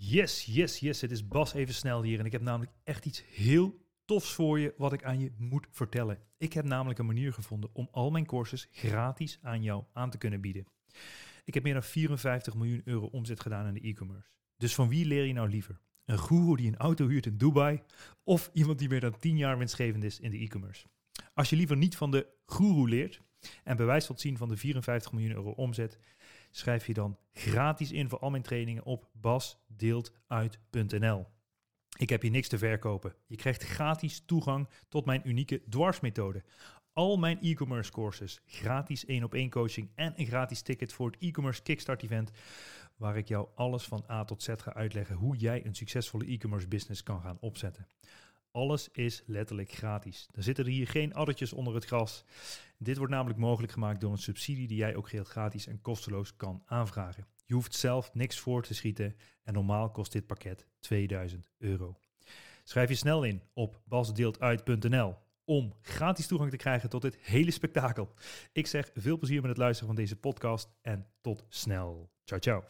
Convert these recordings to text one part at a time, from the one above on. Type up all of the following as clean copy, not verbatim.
Yes. Het is Bas even snel hier en ik heb namelijk echt iets heel tofs voor je wat ik aan je moet vertellen. Ik heb namelijk een manier gevonden om al mijn courses gratis aan jou aan te kunnen bieden. Ik heb meer dan 54 miljoen euro omzet gedaan in de e-commerce. Dus van wie leer je nou liever? Een goeroe die een auto huurt in Dubai of iemand die meer dan 10 jaar winstgevend is in de e-commerce? Als je liever niet van de goeroe leert en bewijs wilt zien van de 54 miljoen euro omzet, schrijf je dan gratis in voor al mijn trainingen op basdeeltuit.nl. Ik heb hier niks te verkopen. Je krijgt gratis toegang tot mijn unieke dwarsmethode. Al mijn e-commerce courses, gratis 1-op-1 coaching en een gratis ticket voor het e-commerce kickstart event, waar ik jou alles van A tot Z ga uitleggen hoe jij een succesvolle e-commerce business kan gaan opzetten. Alles is letterlijk gratis. Er zitten hier geen addertjes onder het gras. Dit wordt namelijk mogelijk gemaakt door een subsidie die jij ook geheel gratis en kosteloos kan aanvragen. Je hoeft zelf niks voor te schieten en normaal kost dit pakket €2000. Schrijf je snel in op basdeeltuit.nl om gratis toegang te krijgen tot dit hele spektakel. Ik zeg veel plezier met het luisteren van deze podcast en tot snel. Ciao.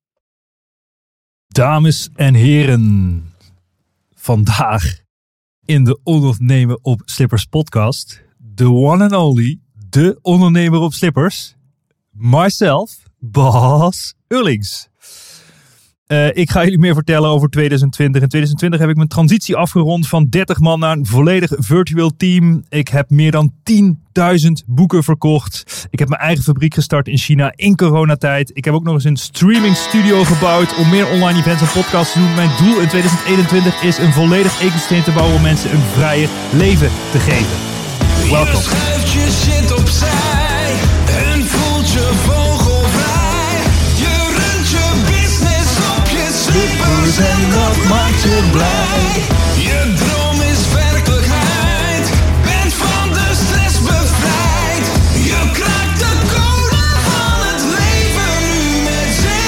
Dames en heren, vandaag in de Ondernemer op Slippers podcast, the one and only, de ondernemer op slippers, myself, Bas Ullings. Ik ga jullie meer vertellen over 2020. In 2020 heb ik mijn transitie afgerond van 30 man naar een volledig virtueel team. Ik heb meer dan 10.000 boeken verkocht. Ik heb mijn eigen fabriek gestart in China in coronatijd. Ik heb ook nog eens een streaming studio gebouwd om meer online events en podcasts te doen. Mijn doel in 2021 is een volledig ecosysteem te bouwen om mensen een vrijer leven te geven. Welkom. Je schuift je shit opzij en voelt je vogelvrij. Je runt je business op je slippers en dat maakt je blij. Je droom is werkelijkheid, bent van de stress bevrijd. Je kraakt de code van het leven nu met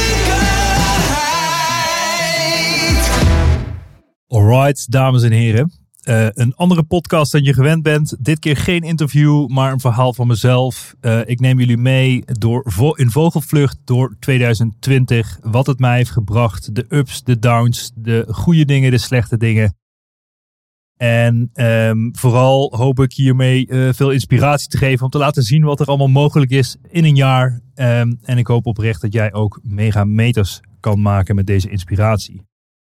zekerheid. Alright, dames en heren. Een andere podcast dan je gewend bent. Dit keer geen interview, maar een verhaal van mezelf. Ik neem jullie mee in vogelvlucht door 2020. Wat het mij heeft gebracht. De ups, de downs, de goede dingen, de slechte dingen. En vooral hoop ik hiermee veel inspiratie te geven om te laten zien wat er allemaal mogelijk is in een jaar. En ik hoop oprecht dat jij ook mega meters kan maken met deze inspiratie.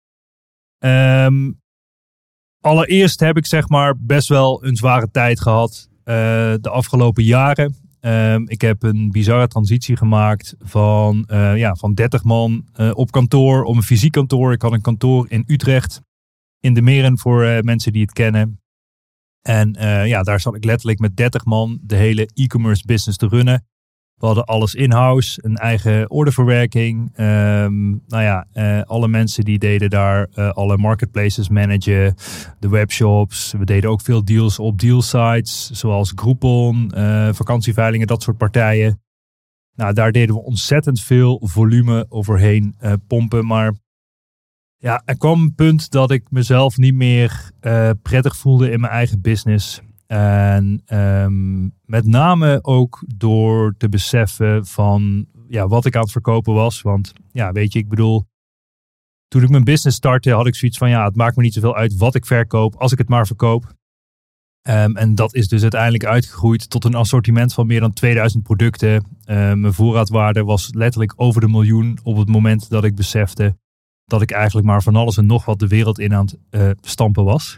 Allereerst heb ik zeg maar best wel een zware tijd gehad de afgelopen jaren. Ik heb een bizarre transitie gemaakt van 30 man op kantoor, om een fysiek kantoor. Ik had een kantoor in Utrecht, in de Meren voor mensen die het kennen. En daar zat ik letterlijk met 30 man de hele e-commerce business te runnen. We hadden alles in-house, een eigen orderverwerking. Alle mensen die deden daar alle marketplaces managen, de webshops. We deden ook veel deals op dealsites, zoals Groupon, vakantieveilingen, dat soort partijen. Nou, daar deden we ontzettend veel volume overheen pompen. Maar ja, er kwam een punt dat ik mezelf niet meer prettig voelde in mijn eigen business. En met name ook door te beseffen van wat ik aan het verkopen was. Want weet je, ik bedoel, toen ik mijn business startte had ik zoiets van het maakt me niet zoveel uit wat ik verkoop als ik het maar verkoop. En dat is dus uiteindelijk uitgegroeid tot een assortiment van meer dan 2000 producten. Mijn voorraadwaarde was letterlijk over de miljoen op het moment dat ik besefte dat ik eigenlijk maar van alles en nog wat de wereld in aan het stampen was.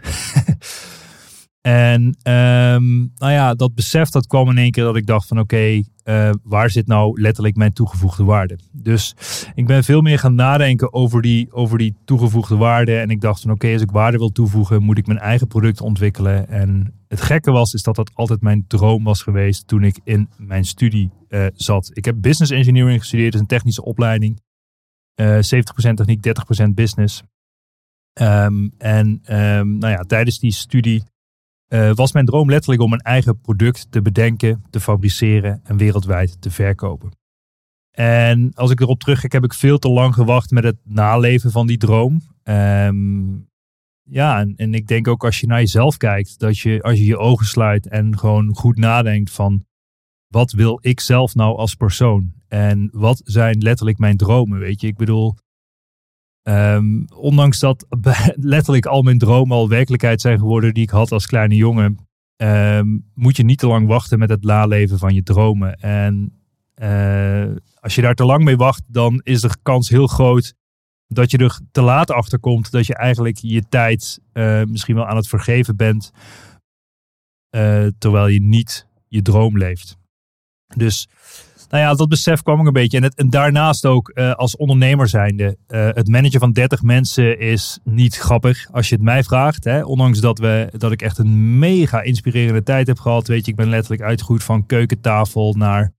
En dat besef dat kwam in één keer dat ik dacht van waar zit nou letterlijk mijn toegevoegde waarde? Dus ik ben veel meer gaan nadenken over die toegevoegde waarde. En ik dacht van als ik waarde wil toevoegen, moet ik mijn eigen product ontwikkelen. En het gekke is dat altijd mijn droom was geweest toen ik in mijn studie zat. Ik heb business engineering gestudeerd, dat is een technische opleiding. 70% techniek, 30% business. Tijdens die studie was mijn droom letterlijk om een eigen product te bedenken, te fabriceren en wereldwijd te verkopen. En als ik erop terugkijk, heb ik veel te lang gewacht met het naleven van die droom. En ik denk ook als je naar jezelf kijkt, dat als je je ogen sluit en gewoon goed nadenkt van wat wil ik zelf nou als persoon? En wat zijn letterlijk mijn dromen, weet je? Ik bedoel, Ondanks dat letterlijk al mijn dromen al werkelijkheid zijn geworden die ik had als kleine jongen, moet je niet te lang wachten met het naleven van je dromen. En als je daar te lang mee wacht, dan is de kans heel groot dat je er te laat achter komt dat je eigenlijk je tijd misschien wel aan het vergeven bent, terwijl je niet je droom leeft. Dus dat besef kwam ik een beetje. En daarnaast ook als ondernemer zijnde. Het managen van 30 mensen is niet grappig als je het mij vraagt. Hè? Ondanks dat ik echt een mega inspirerende tijd heb gehad. Weet je, ik ben letterlijk uitgegroeid van keukentafel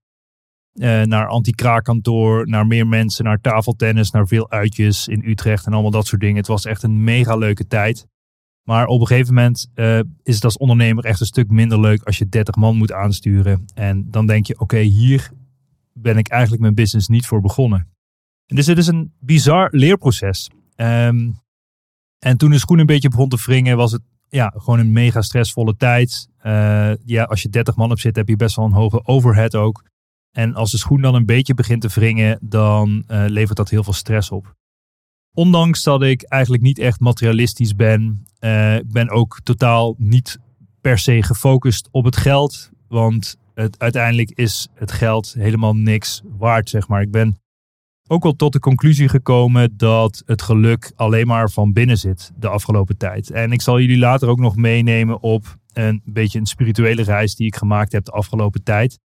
naar anti-kraakkantoor, naar meer mensen, naar tafeltennis, naar veel uitjes in Utrecht en allemaal dat soort dingen. Het was echt een mega leuke tijd. Maar op een gegeven moment is het als ondernemer echt een stuk minder leuk als je 30 man moet aansturen. En dan denk je, oké, hier ben ik eigenlijk mijn business niet voor begonnen. Dus het is een bizar leerproces. En toen de schoen een beetje begon te wringen, was het gewoon een mega stressvolle tijd. Als je 30 man op zit, heb je best wel een hoge overhead ook. En als de schoen dan een beetje begint te wringen, dan levert dat heel veel stress op. Ondanks dat ik eigenlijk niet echt materialistisch ben. Ik ben ook totaal niet per se gefocust op het geld. Want uiteindelijk is het geld helemaal niks waard, zeg maar. Ik ben ook wel tot de conclusie gekomen dat het geluk alleen maar van binnen zit de afgelopen tijd. En ik zal jullie later ook nog meenemen op een beetje een spirituele reis die ik gemaakt heb de afgelopen tijd.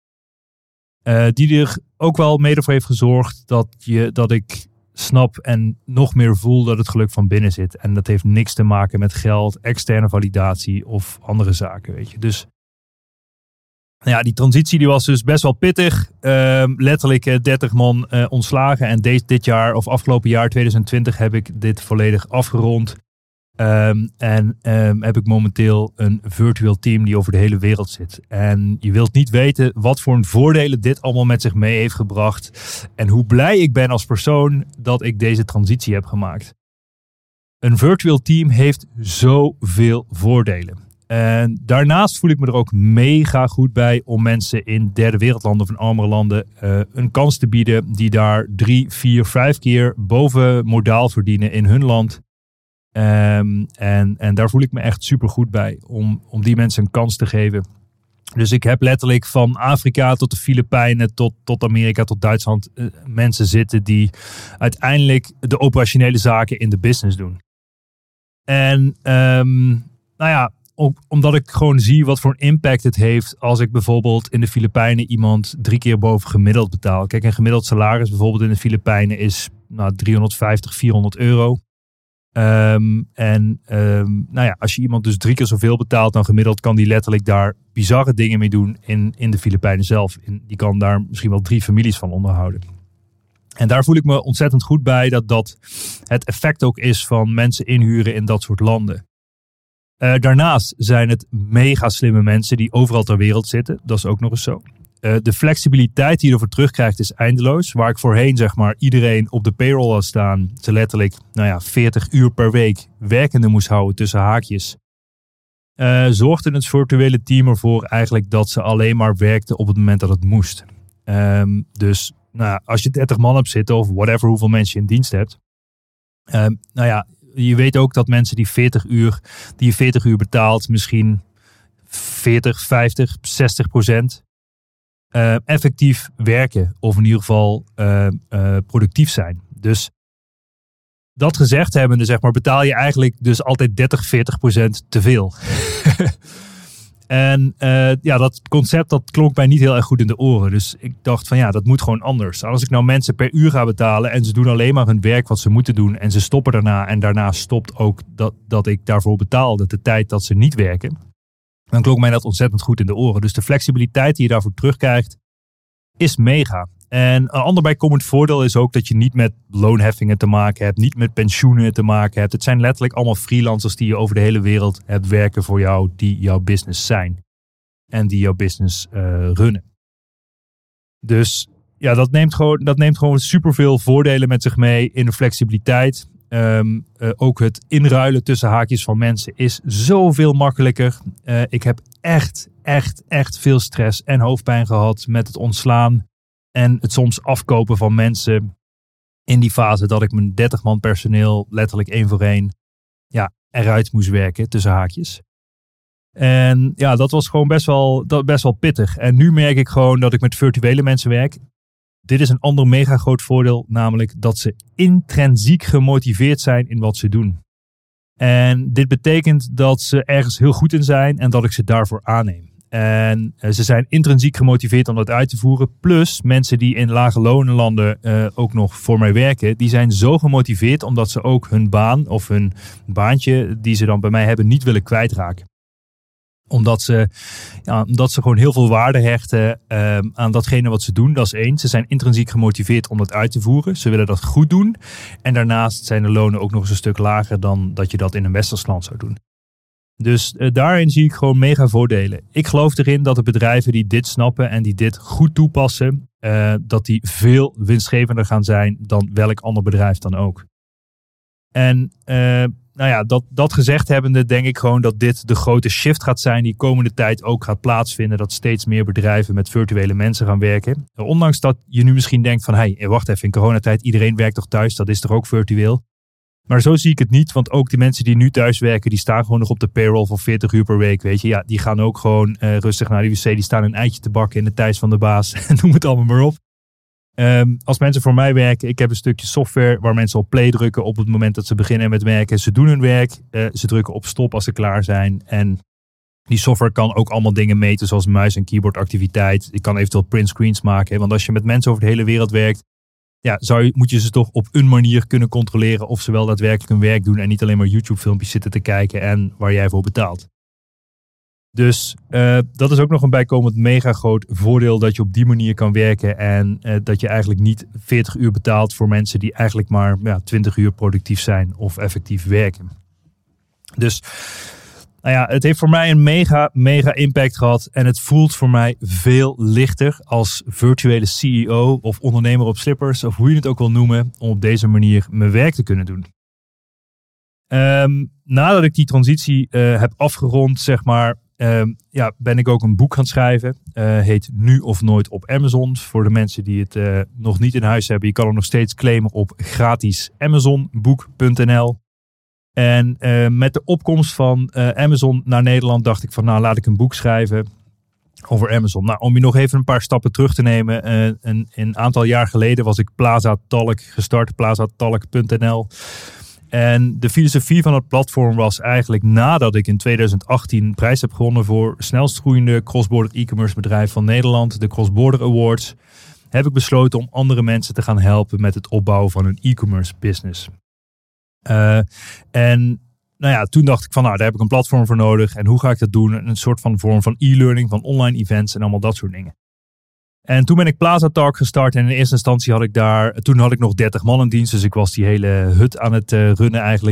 Die er ook wel mede voor heeft gezorgd dat ik snap en nog meer voel dat het geluk van binnen zit. En dat heeft niks te maken met geld, externe validatie of andere zaken, weet je. Dus die transitie die was dus best wel pittig. Letterlijk 30 man ontslagen. En dit jaar of afgelopen jaar 2020 heb ik dit volledig afgerond. Heb ik momenteel een virtueel team die over de hele wereld zit. En je wilt niet weten wat voor voordelen dit allemaal met zich mee heeft gebracht. En hoe blij ik ben als persoon dat ik deze transitie heb gemaakt. Een virtueel team heeft zoveel voordelen. En daarnaast voel ik me er ook mega goed bij om mensen in derde wereldlanden of in armere landen een kans te bieden die daar 3, 4, 5 keer boven modaal verdienen in hun land. En daar voel ik me echt super goed bij om die mensen een kans te geven. Dus ik heb letterlijk van Afrika tot de Filipijnen tot Amerika tot Duitsland mensen zitten die uiteindelijk de operationele zaken in de business doen. En omdat ik gewoon zie wat voor een impact het heeft als ik bijvoorbeeld in de Filipijnen iemand 3 keer boven gemiddeld betaal. Kijk, een gemiddeld salaris bijvoorbeeld in de Filipijnen is 350, 400 euro. Als je iemand dus 3 keer zoveel betaalt dan gemiddeld, kan die letterlijk daar bizarre dingen mee doen in de Filipijnen zelf. Die kan daar misschien wel 3 families van onderhouden. En daar voel ik me ontzettend goed bij dat het effect ook is van mensen inhuren in dat soort landen. Daarnaast zijn het mega slimme mensen die overal ter wereld zitten. Dat is ook nog eens zo. De flexibiliteit die je ervoor terugkrijgt is eindeloos. Waar ik voorheen zeg maar iedereen op de payroll had staan. Ze letterlijk 40 uur per week werkende moest houden tussen haakjes. Zorgde het virtuele team ervoor eigenlijk dat ze alleen maar werkten op het moment dat het moest. Dus als je 30 man hebt zitten of whatever hoeveel mensen je in dienst hebt. Je weet ook dat mensen die je 40 uur betaalt misschien 40, 50, 60% effectief werken. Of in ieder geval productief zijn. Dus dat gezegd hebbende, zeg maar, betaal je eigenlijk dus altijd 30, 40% te veel. En dat concept dat klonk mij niet heel erg goed in de oren. Dus ik dacht van dat moet gewoon anders. Als ik nou mensen per uur ga betalen en ze doen alleen maar hun werk wat ze moeten doen en ze stoppen daarna en daarna stopt ook dat ik daarvoor betaal, de tijd dat ze niet werken, dan klonk mij dat ontzettend goed in de oren. Dus de flexibiliteit die je daarvoor terugkrijgt is mega. En een ander bijkomend voordeel is ook dat je niet met loonheffingen te maken hebt, niet met pensioenen te maken hebt. Het zijn letterlijk allemaal freelancers die je over de hele wereld hebt werken voor jou, die jouw business zijn. En die jouw business runnen. Dus dat neemt gewoon superveel voordelen met zich mee in de flexibiliteit. Ook het inruilen tussen haakjes van mensen is zoveel makkelijker. Ik heb echt veel stress en hoofdpijn gehad met het ontslaan en het soms afkopen van mensen in die fase dat ik mijn 30 man personeel letterlijk 1 voor 1 eruit moest werken, tussen haakjes. En ja, dat was gewoon best wel pittig. En nu merk ik gewoon dat ik met virtuele mensen werk. Dit is een ander mega groot voordeel, namelijk dat ze intrinsiek gemotiveerd zijn in wat ze doen. En dit betekent dat ze ergens heel goed in zijn en dat ik ze daarvoor aanneem. En ze zijn intrinsiek gemotiveerd om dat uit te voeren. Plus mensen die in lage lonenlanden ook nog voor mij werken. Die zijn zo gemotiveerd omdat ze ook hun baan of hun baantje die ze dan bij mij hebben niet willen kwijtraken. Omdat ze gewoon heel veel waarde hechten aan datgene wat ze doen. Dat is 1. Ze zijn intrinsiek gemotiveerd om dat uit te voeren. Ze willen dat goed doen. En daarnaast zijn de lonen ook nog eens een stuk lager dan dat je dat in een westers land zou doen. Dus daarin zie ik gewoon mega voordelen. Ik geloof erin dat de bedrijven die dit snappen en die dit goed toepassen, dat die veel winstgevender gaan zijn dan welk ander bedrijf dan ook. En dat gezegd hebbende denk ik gewoon dat dit de grote shift gaat zijn die komende tijd ook gaat plaatsvinden. Dat steeds meer bedrijven met virtuele mensen gaan werken. Ondanks dat je nu misschien denkt van, hey, wacht even, in coronatijd, iedereen werkt toch thuis, dat is toch ook virtueel? Maar zo zie ik het niet, want ook die mensen die nu thuis werken, die staan gewoon nog op de payroll van 40 uur per week, weet je. Ja, die gaan ook gewoon rustig naar de wc, die staan een eitje te bakken in de thijs van de baas. Noem het allemaal maar op. Als mensen voor mij werken, ik heb een stukje software waar mensen op play drukken op het moment dat ze beginnen met werken. Ze doen hun werk, ze drukken op stop als ze klaar zijn. En die software kan ook allemaal dingen meten zoals muis- en keyboardactiviteit. Je kan eventueel printscreens maken. Want als je met mensen over de hele wereld werkt, moet je ze toch op een manier kunnen controleren of ze wel daadwerkelijk hun werk doen en niet alleen maar YouTube filmpjes zitten te kijken en waar jij voor betaalt. Dus dat is ook nog een bijkomend mega groot voordeel dat je op die manier kan werken en dat je eigenlijk niet 40 uur betaalt voor mensen die eigenlijk maar 20 uur productief zijn of effectief werken. Dus het heeft voor mij een mega impact gehad en het voelt voor mij veel lichter als virtuele CEO of ondernemer op slippers of hoe je het ook wil noemen om op deze manier mijn werk te kunnen doen. Nadat ik die transitie heb afgerond, zeg maar, ben ik ook een boek gaan schrijven. Heet Nu of Nooit op Amazon. Voor de mensen die het nog niet in huis hebben. Je kan hem nog steeds claimen op gratis amazonboek.nl. En met de opkomst van Amazon naar Nederland dacht ik van laat ik een boek schrijven over Amazon. Om je nog even een paar stappen terug te nemen. Een aantal jaar geleden was ik Plaza Talk gestart. plazatalk.nl. En de filosofie van het platform was eigenlijk nadat ik in 2018 een prijs heb gewonnen voor snelst groeiende cross-border e-commerce bedrijf van Nederland, de Cross-Border Awards, heb ik besloten om andere mensen te gaan helpen met het opbouwen van een e-commerce business. Toen dacht ik van daar heb ik een platform voor nodig en hoe ga ik dat doen? Een soort van vorm van e-learning, van online events en allemaal dat soort dingen. En toen ben ik Plaza Talk gestart en in eerste instantie had ik nog 30 man in dienst. Dus ik was die hele hut aan het runnen eigenlijk.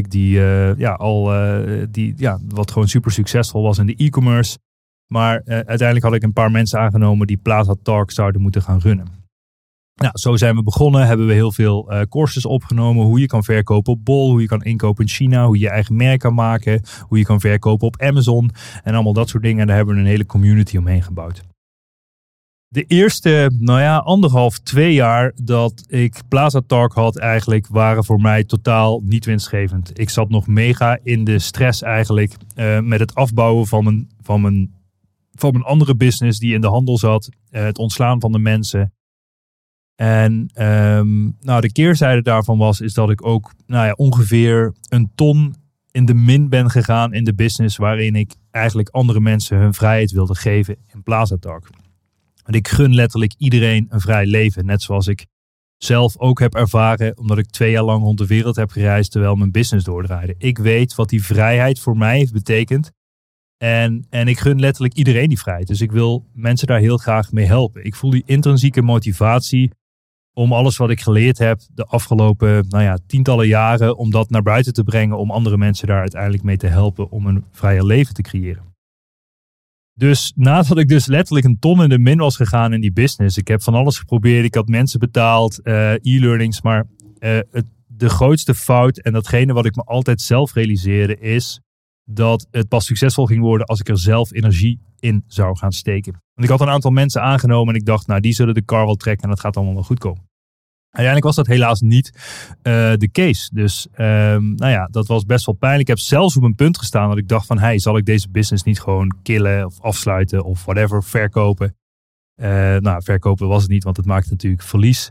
Wat gewoon super succesvol was in de e-commerce. Maar uiteindelijk had ik een paar mensen aangenomen die Plaza Talk zouden moeten gaan runnen. Zo zijn we begonnen. Hebben we heel veel courses opgenomen. Hoe je kan verkopen op Bol. Hoe je kan inkopen in China. Hoe je je eigen merk kan maken. Hoe je kan verkopen op Amazon. En allemaal dat soort dingen. En daar hebben we een hele community omheen gebouwd. De eerste, 1,5-2 jaar dat ik Plaza Talk had eigenlijk waren voor mij totaal niet winstgevend. Ik zat nog mega in de stress eigenlijk met het afbouwen van mijn andere business die in de handel zat. Het ontslaan van de mensen. En de keerzijde daarvan is dat ik ook ongeveer 1 ton in de min ben gegaan in de business waarin ik eigenlijk andere mensen hun vrijheid wilde geven in Plaza Talk. En ik gun letterlijk iedereen een vrij leven. Net zoals ik zelf ook heb ervaren. Omdat ik 2 jaar lang rond de wereld heb gereisd terwijl mijn business doordraaide. Ik weet wat die vrijheid voor mij heeft betekend. En ik gun letterlijk iedereen die vrijheid. Dus ik wil mensen daar heel graag mee helpen. Ik voel die intrinsieke motivatie om alles wat ik geleerd heb de afgelopen tientallen jaren. Om dat naar buiten te brengen. Om andere mensen daar uiteindelijk mee te helpen om een vrijer leven te creëren. Dus nadat ik dus letterlijk 1 ton in de min was gegaan in die business. Ik heb van alles geprobeerd. Ik had mensen betaald, e-learnings. Maar de grootste fout en datgene wat ik me altijd zelf realiseerde is dat het pas succesvol ging worden als ik er zelf energie in zou gaan steken. Want ik had een aantal mensen aangenomen en ik dacht die zullen de kar wel trekken en dat gaat allemaal wel goed komen. Uiteindelijk was dat helaas niet de case. Dus dat was best wel pijnlijk. Ik heb zelfs op een punt gestaan dat ik dacht van... zal ik deze business niet gewoon killen of afsluiten of whatever, verkopen? Verkopen was het niet, want het maakte natuurlijk verlies.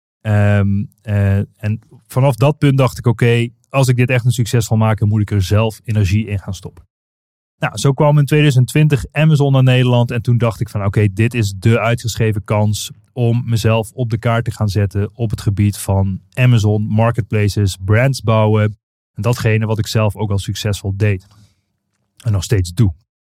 En vanaf dat punt dacht ik, oké, als ik dit echt een succes wil maken, moet ik er zelf energie in gaan stoppen. Nou, zo kwam in 2020 Amazon naar Nederland en toen dacht ik van oké, dit is de uitgeschreven kans om mezelf op de kaart te gaan zetten op het gebied van Amazon, marketplaces, brands bouwen. En datgene wat ik zelf ook al succesvol deed. En nog steeds doe.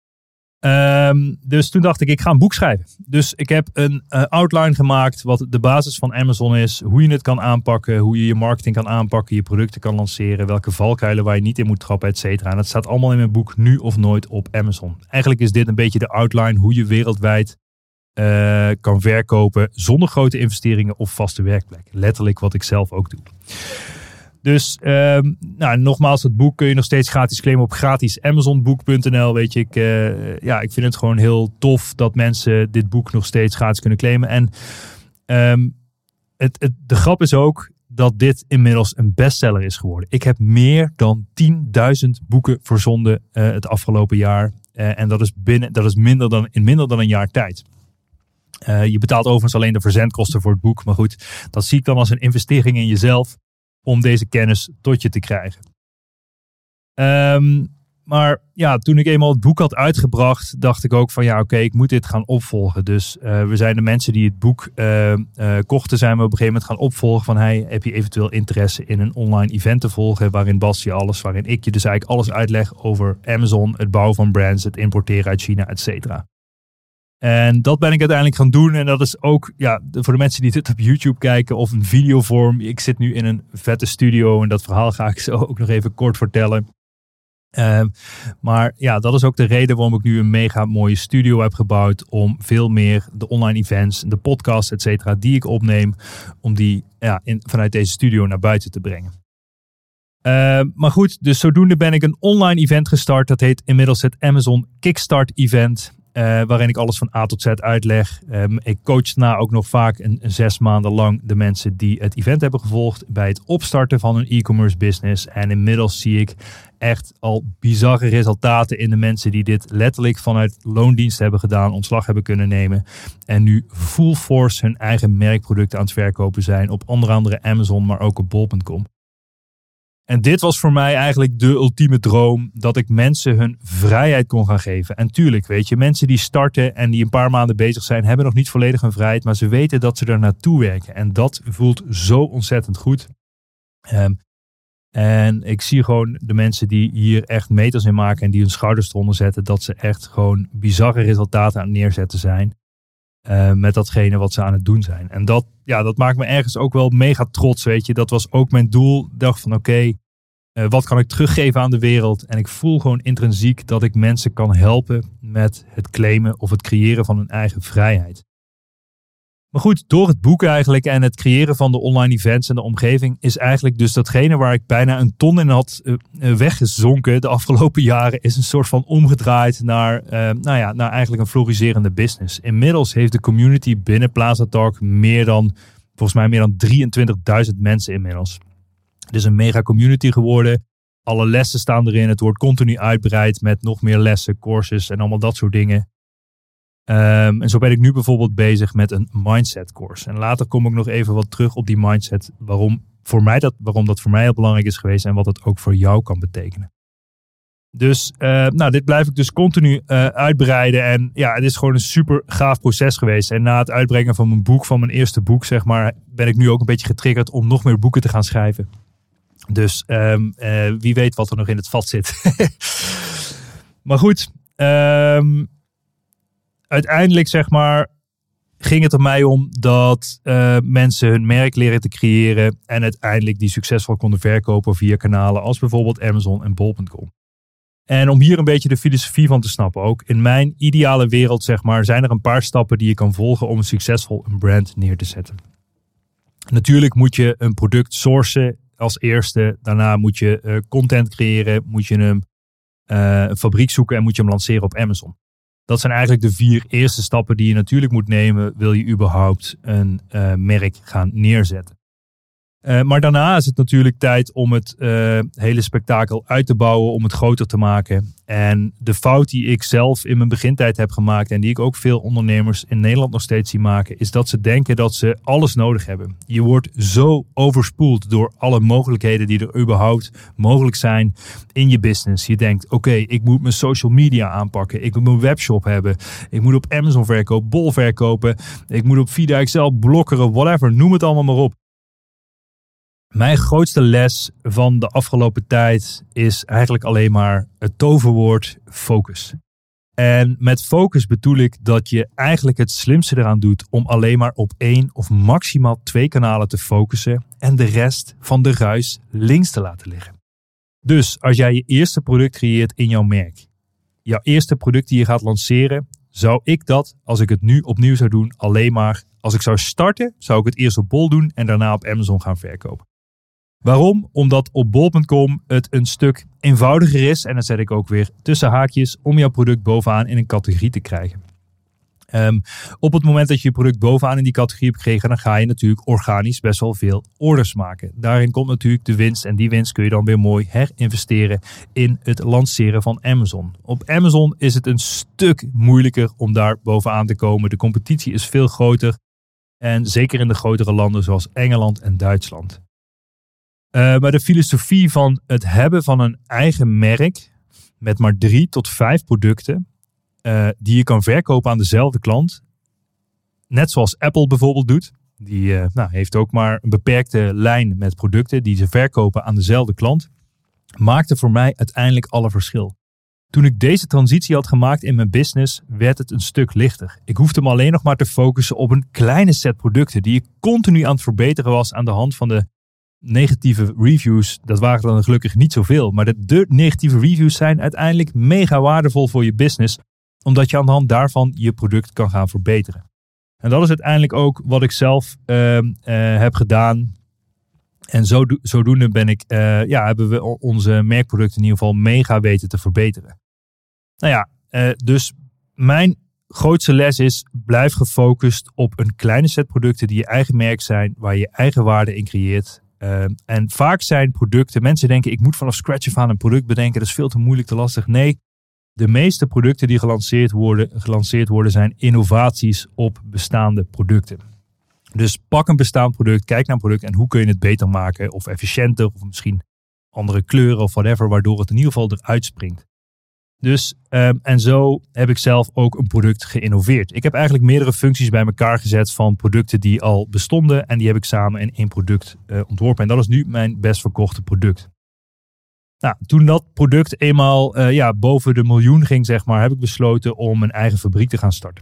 Dus toen dacht ik ga een boek schrijven. Dus ik heb een outline gemaakt wat de basis van Amazon is. Hoe je het kan aanpakken, hoe je je marketing kan aanpakken, je producten kan lanceren, welke valkuilen waar je niet in moet trappen, et cetera. En dat staat allemaal in mijn boek Nu of Nooit op Amazon. Eigenlijk is dit een beetje de outline hoe je wereldwijd kan verkopen zonder grote investeringen of vaste werkplek. Letterlijk wat ik zelf ook doe. Dus nogmaals, het boek kun je nog steeds gratis claimen op gratisamazonboek.nl. Weet je, ik vind het gewoon heel tof dat mensen dit boek nog steeds gratis kunnen claimen. En de grap is ook dat dit inmiddels een bestseller is geworden. Ik heb meer dan 10.000 boeken verzonden het afgelopen jaar. En dat is in minder dan een jaar tijd. Je betaalt overigens alleen de verzendkosten voor het boek. Maar goed, dat zie ik dan als een investering in jezelf om deze kennis tot je te krijgen. Maar ja, toen ik eenmaal het boek had uitgebracht, dacht ik ook van ik moet dit gaan opvolgen. Dus we zijn de mensen die het boek kochten, zijn we op een gegeven moment gaan opvolgen van heb je eventueel interesse in een online event te volgen waarin Bas je waarin ik je dus eigenlijk alles uitleg over Amazon, het bouwen van brands, het importeren uit China, et cetera. En dat ben ik uiteindelijk gaan doen. En dat is ook voor de mensen die dit op YouTube kijken of een videovorm. Ik zit nu in een vette studio en dat verhaal ga ik zo ook nog even kort vertellen. Maar dat is ook de reden waarom ik nu een mega mooie studio heb gebouwd. Om veel meer de online events, de podcasts, et cetera, die ik opneem. Om die vanuit deze studio naar buiten te brengen. Maar goed, dus zodoende ben ik een online event gestart. Dat heet inmiddels het Amazon Kickstart Event. Waarin ik alles van A tot Z uitleg. Ik coach daarna ook nog vaak 6 maanden lang de mensen die het event hebben gevolgd bij het opstarten van hun e-commerce business. En inmiddels zie ik echt al bizarre resultaten in de mensen die dit letterlijk vanuit loondienst hebben gedaan, ontslag hebben kunnen nemen. En nu full force hun eigen merkproducten aan het verkopen zijn op onder andere Amazon, maar ook op bol.com. En dit was voor mij eigenlijk de ultieme droom, dat ik mensen hun vrijheid kon gaan geven. En tuurlijk, weet je, mensen die starten en die een paar maanden bezig zijn, hebben nog niet volledig hun vrijheid, maar ze weten dat ze er naartoe werken. En dat voelt zo ontzettend goed. En ik zie gewoon de mensen die hier echt meters in maken en die hun schouders eronder zetten, dat ze echt gewoon bizarre resultaten aan het neerzetten zijn. Met datgene wat ze aan het doen zijn. En dat maakt me ergens ook wel mega trots, weet je. Dat was ook mijn doel. Ik dacht van wat kan ik teruggeven aan de wereld? En ik voel gewoon intrinsiek dat ik mensen kan helpen met het claimen of het creëren van hun eigen vrijheid. Maar goed, door het boek eigenlijk en het creëren van de online events en de omgeving is eigenlijk dus datgene waar ik bijna een ton in had weggezonken de afgelopen jaren, is een soort van omgedraaid naar eigenlijk een floriserende business. Inmiddels heeft de community binnen Plaza Talk volgens mij meer dan 23.000 mensen inmiddels. Het is een mega community geworden. Alle lessen staan erin. Het wordt continu uitbreid met nog meer lessen, courses en allemaal dat soort dingen. En zo ben ik nu bijvoorbeeld bezig met een mindset course. En later kom ik nog even wat terug op die mindset. Waarom dat voor mij heel belangrijk is geweest en wat het ook voor jou kan betekenen. Dus dit blijf ik dus continu uitbreiden. En het is gewoon een super gaaf proces geweest. En na het uitbrengen van mijn eerste boek, zeg maar, ben ik nu ook een beetje getriggerd om nog meer boeken te gaan schrijven. Dus wie weet wat er nog in het vat zit. Maar goed, uiteindelijk zeg maar ging het er mij om dat mensen hun merk leren te creëren en uiteindelijk die succesvol konden verkopen via kanalen als bijvoorbeeld Amazon en bol.com. En om hier een beetje de filosofie van te snappen ook. In mijn ideale wereld zeg maar zijn er een paar stappen die je kan volgen om succesvol een brand neer te zetten. Natuurlijk moet je een product sourcen als eerste. Daarna moet je content creëren, moet je een fabriek zoeken en moet je hem lanceren op Amazon. Dat zijn eigenlijk de 4 eerste stappen die je natuurlijk moet nemen, wil je überhaupt een merk gaan neerzetten. Maar daarna is het natuurlijk tijd om het hele spektakel uit te bouwen, om het groter te maken. En de fout die ik zelf in mijn begintijd heb gemaakt en die ik ook veel ondernemers in Nederland nog steeds zie maken, is dat ze denken dat ze alles nodig hebben. Je wordt zo overspoeld door alle mogelijkheden die er überhaupt mogelijk zijn in je business. Je denkt, oké, ik moet mijn social media aanpakken. Ik moet mijn webshop hebben. Ik moet op Amazon verkopen, Bol verkopen. Ik moet op Vida Excel blokkeren, whatever. Noem het allemaal maar op. Mijn grootste les van de afgelopen tijd is eigenlijk alleen maar het toverwoord focus. En met focus bedoel ik dat je eigenlijk het slimste eraan doet om alleen maar op 1 of maximaal 2 kanalen te focussen en de rest van de ruis links te laten liggen. Dus als jij je eerste product creëert in jouw merk, jouw eerste product die je gaat lanceren, zou ik dat, als ik het nu opnieuw zou doen, alleen maar, als ik zou starten, zou ik het eerst op Bol doen en daarna op Amazon gaan verkopen. Waarom? Omdat op bol.com het een stuk eenvoudiger is, en dat zet ik ook weer tussen haakjes, om jouw product bovenaan in een categorie te krijgen. Op het moment dat je je product bovenaan in die categorie hebt gekregen, dan ga je natuurlijk organisch best wel veel orders maken. Daarin komt natuurlijk de winst en die winst kun je dan weer mooi herinvesteren in het lanceren van Amazon. Op Amazon is het een stuk moeilijker om daar bovenaan te komen. De competitie is veel groter en zeker in de grotere landen zoals Engeland en Duitsland. Maar de filosofie van het hebben van een eigen merk met maar 3 tot 5 producten die je kan verkopen aan dezelfde klant. Net zoals Apple bijvoorbeeld doet. Die heeft ook maar een beperkte lijn met producten die ze verkopen aan dezelfde klant. Maakte voor mij uiteindelijk alle verschil. Toen ik deze transitie had gemaakt in mijn business, werd het een stuk lichter. Ik hoefde me alleen nog maar te focussen op een kleine set producten die ik continu aan het verbeteren was aan de hand van de negatieve reviews. Dat waren dan gelukkig niet zoveel. Maar de negatieve reviews zijn uiteindelijk mega waardevol voor je business. Omdat je aan de hand daarvan je product kan gaan verbeteren. En dat is uiteindelijk ook wat ik zelf heb gedaan. En zodoende hebben we onze merkproducten in ieder geval mega weten te verbeteren. Dus mijn grootste les is, blijf gefocust op een kleine set producten die je eigen merk zijn, waar je eigen waarde in creëert. En vaak zijn producten, mensen denken ik moet vanaf scratch af aan een product bedenken, dat is veel te moeilijk, te lastig. Nee, de meeste producten die gelanceerd worden zijn innovaties op bestaande producten. Dus pak een bestaand product, kijk naar een product en hoe kun je het beter maken of efficiënter of misschien andere kleuren of whatever, waardoor het in ieder geval eruit springt. Dus, en zo heb ik zelf ook een product geïnnoveerd. Ik heb eigenlijk meerdere functies bij elkaar gezet van producten die al bestonden en die heb ik samen in 1 product ontworpen. En dat is nu mijn best verkochte product. Nou, toen dat product eenmaal boven de miljoen ging, zeg maar, heb ik besloten om een eigen fabriek te gaan starten.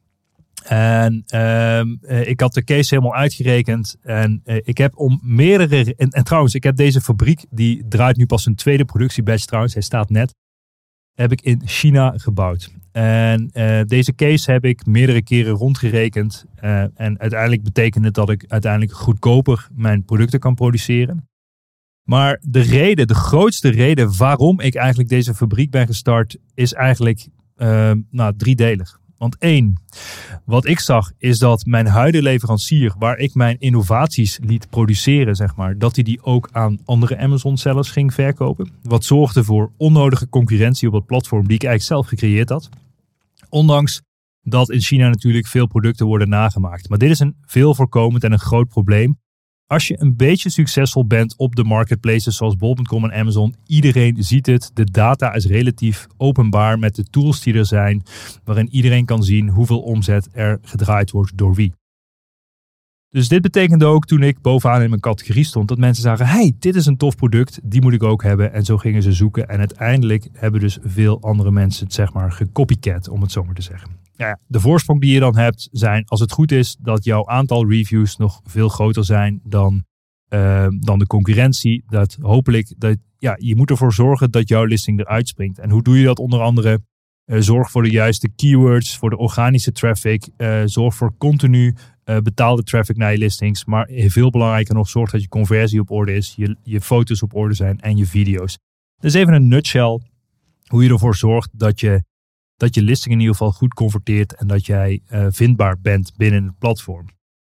En ik had de case helemaal uitgerekend. En ik heb om meerdere... En trouwens, ik heb deze fabriek, die draait nu pas een tweede productiebatch trouwens. Hij staat net. Heb ik in China gebouwd. En deze case heb ik meerdere keren rondgerekend. En uiteindelijk betekent het dat ik uiteindelijk goedkoper mijn producten kan produceren. Maar de grootste reden waarom ik eigenlijk deze fabriek ben gestart, is eigenlijk driedelig. Want 1, wat ik zag is dat mijn huidige leverancier, waar ik mijn innovaties liet produceren, zeg maar, dat hij die ook aan andere Amazon sellers ging verkopen. Wat zorgde voor onnodige concurrentie op het platform die ik eigenlijk zelf gecreëerd had. Ondanks dat in China natuurlijk veel producten worden nagemaakt. Maar dit is een veel voorkomend en een groot probleem. Als je een beetje succesvol bent op de marketplaces zoals bol.com en Amazon, iedereen ziet het. De data is relatief openbaar met de tools die er zijn, waarin iedereen kan zien hoeveel omzet er gedraaid wordt door wie. Dus dit betekende ook toen ik bovenaan in mijn categorie stond, dat mensen zagen, hey, dit is een tof product, die moet ik ook hebben. En zo gingen ze zoeken en uiteindelijk hebben dus veel andere mensen het zeg maar gecopycat, om het zo maar te zeggen. Ja, de voorsprong die je dan hebt zijn, als het goed is, dat jouw aantal reviews nog veel groter zijn dan de concurrentie. Dat hopelijk, je moet ervoor zorgen dat jouw listing eruit springt. En hoe doe je dat onder andere? Zorg voor de juiste keywords, voor de organische traffic. Zorg voor continu betaalde traffic naar je listings. Maar veel belangrijker nog, zorg dat je conversie op orde is, je foto's op orde zijn en je video's. Dus even een nutshell hoe je ervoor zorgt dat je listing in ieder geval goed converteert en dat jij vindbaar bent binnen het platform.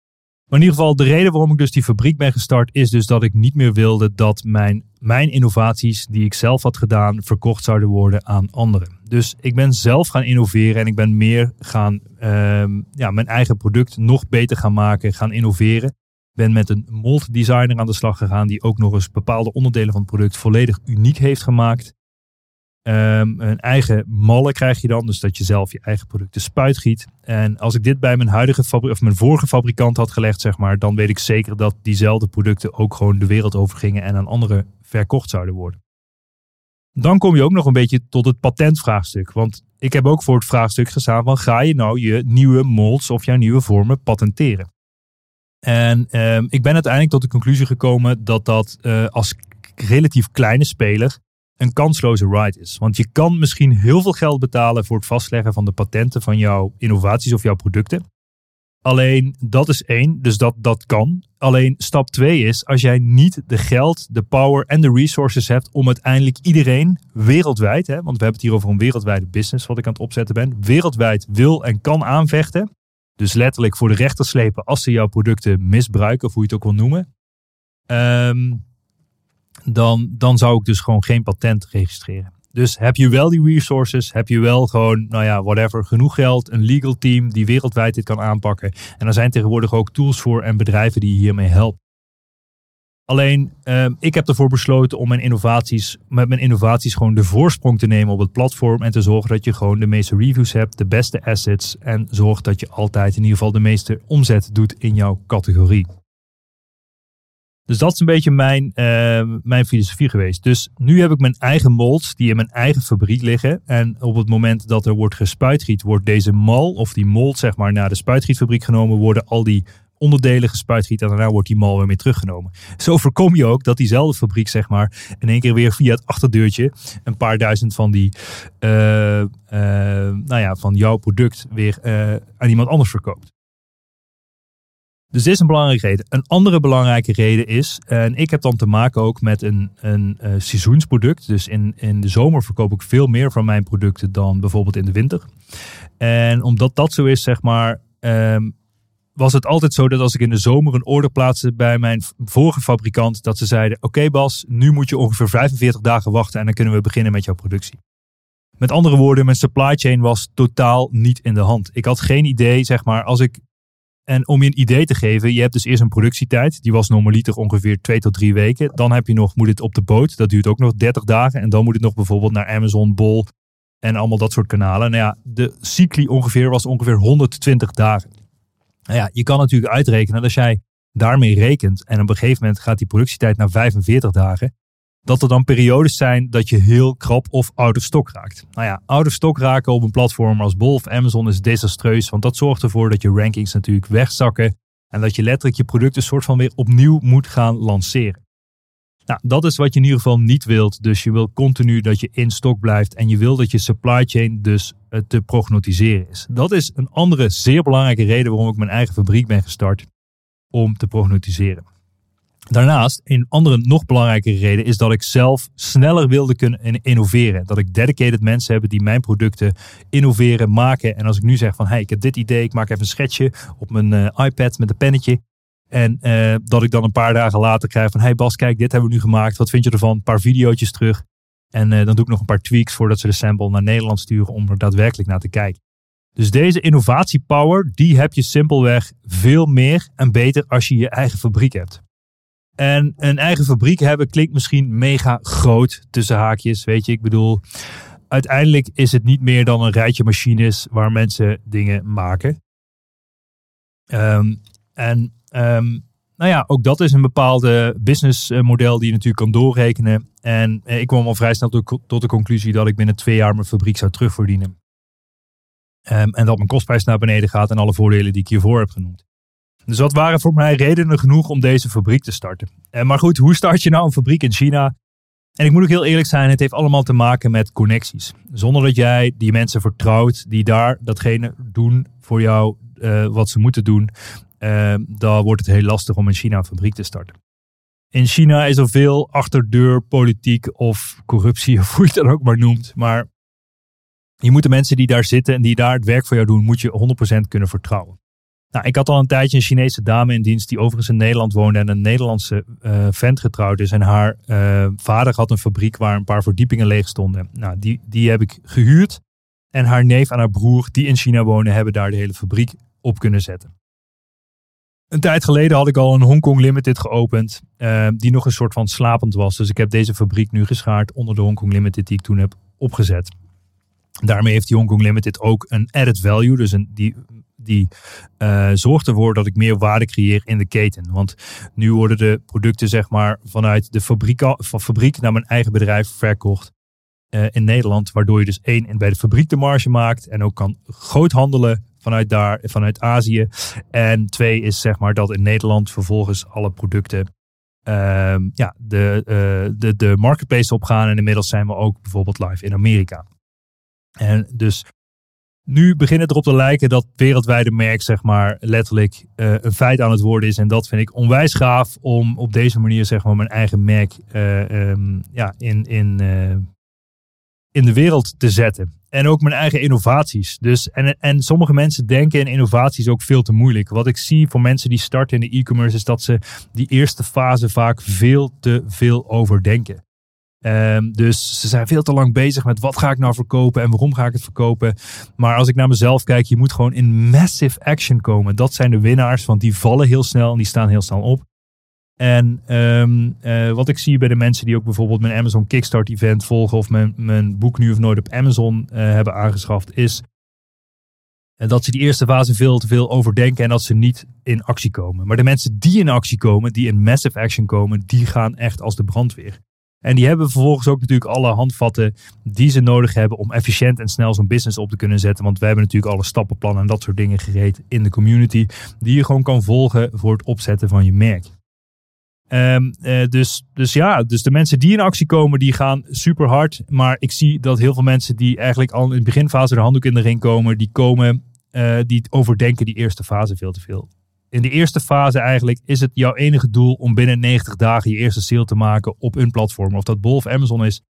Maar in ieder geval, de reden waarom ik dus die fabriek ben gestart is dus dat ik niet meer wilde dat mijn innovaties die ik zelf had gedaan verkocht zouden worden aan anderen. Dus ik ben zelf gaan innoveren en ik ben meer gaan mijn eigen product nog beter gaan maken, gaan innoveren. Ik ben met een mold designer aan de slag gegaan die ook nog eens bepaalde onderdelen van het product volledig uniek heeft gemaakt. Een eigen mallen krijg je dan, dus dat je zelf je eigen producten spuitgiet. En als ik dit bij mijn vorige fabrikant had gelegd, zeg maar, dan weet ik zeker dat diezelfde producten ook gewoon de wereld overgingen en aan anderen verkocht zouden worden. Dan kom je ook nog een beetje tot het patentvraagstuk. Want ik heb ook voor het vraagstuk gestaan van ga je nou je nieuwe molds of jouw nieuwe vormen patenteren? En ik ben uiteindelijk tot de conclusie gekomen dat als relatief kleine speler een kansloze ride is. Want je kan misschien heel veel geld betalen voor het vastleggen van de patenten van jouw innovaties of jouw producten. Alleen dat is 1, dus dat kan. Alleen stap 2 is als jij niet de geld, de power en de resources hebt om uiteindelijk iedereen wereldwijd, want we hebben het hier over een wereldwijde business wat ik aan het opzetten ben, wereldwijd wil en kan aanvechten. Dus letterlijk voor de rechter slepen als ze jouw producten misbruiken of hoe je het ook wil noemen. Dan zou ik dus gewoon geen patent registreren. Dus heb je wel die resources, heb je wel gewoon, genoeg geld, een legal team die wereldwijd dit kan aanpakken. En er zijn tegenwoordig ook tools voor en bedrijven die je hiermee helpen. Alleen, ik heb ervoor besloten om met mijn innovaties gewoon de voorsprong te nemen op het platform en te zorgen dat je gewoon de meeste reviews hebt, de beste assets en zorgt dat je altijd in ieder geval de meeste omzet doet in jouw categorie. Dus dat is een beetje mijn filosofie geweest. Dus nu heb ik mijn eigen molds die in mijn eigen fabriek liggen. En op het moment dat er wordt gespuitgiet, wordt deze mal of die mold zeg maar naar de spuitgietfabriek genomen. Worden al die onderdelen gespuitgiet en daarna wordt die mal weer mee teruggenomen. Zo voorkom je ook dat diezelfde fabriek zeg maar in één keer weer via het achterdeurtje een paar duizend van die van jouw product weer aan iemand anders verkoopt. Dus dit is een belangrijke reden. Een andere belangrijke reden is, en ik heb dan te maken ook met een seizoensproduct. Dus in de zomer verkoop ik veel meer van mijn producten dan bijvoorbeeld in de winter. En omdat dat zo is, zeg maar, was het altijd zo dat als ik in de zomer een order plaatste bij mijn vorige fabrikant, dat ze zeiden, oké Bas, nu moet je ongeveer 45 dagen wachten en dan kunnen we beginnen met jouw productie. Met andere woorden, mijn supply chain was totaal niet in de hand. Ik had geen idee, zeg maar, en om je een idee te geven, je hebt dus eerst een productietijd. Die was normaliter ongeveer 2 tot 3 weken. Dan moet het op de boot. Dat duurt ook nog 30 dagen. En dan moet het nog bijvoorbeeld naar Amazon, Bol en allemaal dat soort kanalen. Nou ja, de cycli was ongeveer 120 dagen. Nou ja, je kan natuurlijk uitrekenen dat als jij daarmee rekent en op een gegeven moment gaat die productietijd naar 45 dagen. Dat er dan periodes zijn dat je heel krap of out of stock raakt. Nou ja, out of stock raken op een platform als Bol of Amazon is desastreus. Want dat zorgt ervoor dat je rankings natuurlijk wegzakken. En dat je letterlijk je product een soort van weer opnieuw moet gaan lanceren. Nou, dat is wat je in ieder geval niet wilt. Dus je wil continu dat je in stock blijft. En je wil dat je supply chain dus te prognosticeren is. Dat is een andere zeer belangrijke reden waarom ik mijn eigen fabriek ben gestart. Om te prognosticeren. Daarnaast, een andere nog belangrijke reden is dat ik zelf sneller wilde kunnen innoveren. Dat ik dedicated mensen heb die mijn producten innoveren, maken. En als ik nu zeg van, hey, ik heb dit idee, ik maak even een schetsje op mijn iPad met een pennetje. En dat ik dan een paar dagen later krijg van, hey Bas, kijk, dit hebben we nu gemaakt. Wat vind je ervan? Een paar videootjes terug. En dan doe ik nog een paar tweaks voordat ze de sample naar Nederland sturen om er daadwerkelijk naar te kijken. Dus deze innovatiepower, die heb je simpelweg veel meer en beter als je je eigen fabriek hebt. En een eigen fabriek hebben klinkt misschien mega groot tussen haakjes. Weet je, ik bedoel, uiteindelijk is het niet meer dan een rijtje machines waar mensen dingen maken. Ook dat is een bepaalde businessmodel die je natuurlijk kan doorrekenen. En ik kwam al vrij snel tot de conclusie dat ik binnen 2 jaar mijn fabriek zou terugverdienen. En dat mijn kostprijs naar beneden gaat en alle voordelen die ik hiervoor heb genoemd. Dus dat waren voor mij redenen genoeg om deze fabriek te starten. Maar goed, hoe start je nou een fabriek in China? En ik moet ook heel eerlijk zijn, het heeft allemaal te maken met connecties. Zonder dat jij die mensen vertrouwt die daar datgene doen voor jou wat ze moeten doen, dan wordt het heel lastig om in China een fabriek te starten. In China is er veel achterdeur politiek of corruptie of hoe je het dan ook maar noemt. Maar je moet de mensen die daar zitten en die daar het werk voor jou doen, moet je 100% kunnen vertrouwen. Nou, ik had al een tijdje een Chinese dame in dienst die overigens in Nederland woonde en een Nederlandse vent getrouwd is. En haar vader had een fabriek waar een paar verdiepingen leeg stonden. Nou, die heb ik gehuurd. En haar neef en haar broer die in China wonen hebben daar de hele fabriek op kunnen zetten. Een tijd geleden had ik al een Hongkong Limited geopend die nog een soort van slapend was. Dus ik heb deze fabriek nu geschaard onder de Hongkong Limited die ik toen heb opgezet. Daarmee heeft die Hongkong Limited ook een added value. Dus die zorgt ervoor dat ik meer waarde creëer in de keten. Want nu worden de producten zeg maar vanuit de fabriek naar mijn eigen bedrijf verkocht in Nederland. Waardoor je dus bij de fabriek de marge maakt en ook kan groot handelen vanuit Azië. En 2 is zeg maar dat in Nederland vervolgens alle producten de marketplace opgaan. En inmiddels zijn we ook bijvoorbeeld live in Amerika. En dus nu begint het erop te lijken dat wereldwijde merk zeg maar letterlijk een feit aan het worden is. En dat vind ik onwijs gaaf om op deze manier zeg maar mijn eigen merk in de wereld te zetten. En ook mijn eigen innovaties. Dus, en sommige mensen denken in innovaties ook veel te moeilijk. Wat ik zie voor mensen die starten in de e-commerce is dat ze die eerste fase vaak veel te veel overdenken. Dus ze zijn veel te lang bezig met wat ga ik nou verkopen en waarom ga ik het verkopen. Maar als ik naar mezelf kijk, je moet gewoon in massive action komen. Dat zijn de winnaars, want die vallen heel snel en die staan heel snel op. En wat ik zie bij de mensen die ook bijvoorbeeld mijn Amazon Kickstart event volgen of mijn boek Nu of Nooit op Amazon hebben aangeschaft, is dat ze die eerste fase veel te veel overdenken en dat ze niet in actie komen. Maar de mensen die in actie komen, die in massive action komen, die gaan echt als de brandweer. En die hebben vervolgens ook natuurlijk alle handvatten die ze nodig hebben om efficiënt en snel zo'n business op te kunnen zetten. Want wij hebben natuurlijk alle stappenplannen en dat soort dingen gereed in de community die je gewoon kan volgen voor het opzetten van je merk. Dus de mensen die in actie komen, die gaan super hard. Maar ik zie dat heel veel mensen die eigenlijk al in de beginfase de handdoek in de ring komen, die overdenken die eerste fase veel te veel. In de eerste fase eigenlijk is het jouw enige doel om binnen 90 dagen je eerste sale te maken op een platform. Of dat Bol of Amazon is.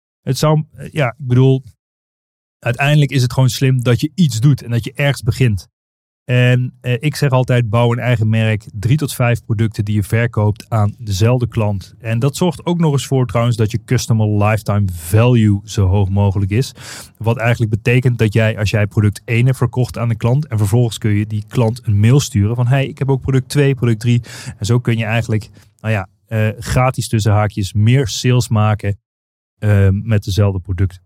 Uiteindelijk is het gewoon slim dat je iets doet en dat je ergens begint. En ik zeg altijd, bouw een eigen merk. 3 tot 5 producten die je verkoopt aan dezelfde klant. En dat zorgt ook nog eens voor trouwens dat je customer lifetime value zo hoog mogelijk is. Wat eigenlijk betekent dat jij, als jij product 1 hebt verkocht aan de klant. En vervolgens kun je die klant een mail sturen van hey, ik heb ook product 2, product 3. En zo kun je eigenlijk, gratis tussen haakjes meer sales maken met dezelfde producten.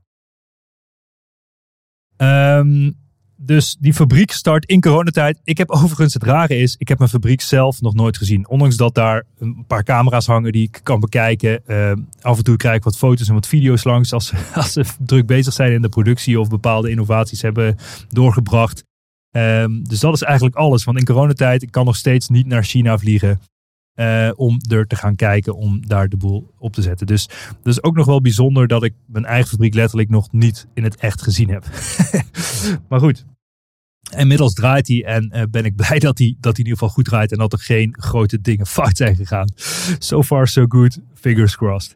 Dus die fabriek start in coronatijd. Ik heb overigens, het rare is, ik heb mijn fabriek zelf nog nooit gezien. Ondanks dat daar een paar camera's hangen die ik kan bekijken. Af en toe krijg ik wat foto's en wat video's langs als ze druk bezig zijn in de productie of bepaalde innovaties hebben doorgebracht. Dus dat is eigenlijk alles. Want in coronatijd, ik kan nog steeds niet naar China vliegen. Om er te gaan kijken, om daar de boel op te zetten. Dus dat is ook nog wel bijzonder dat ik mijn eigen fabriek letterlijk nog niet in het echt gezien heb. Maar goed. Inmiddels draait hij en ben ik blij dat hij in ieder geval goed draait en dat er geen grote dingen fout zijn gegaan. So far so good, fingers crossed.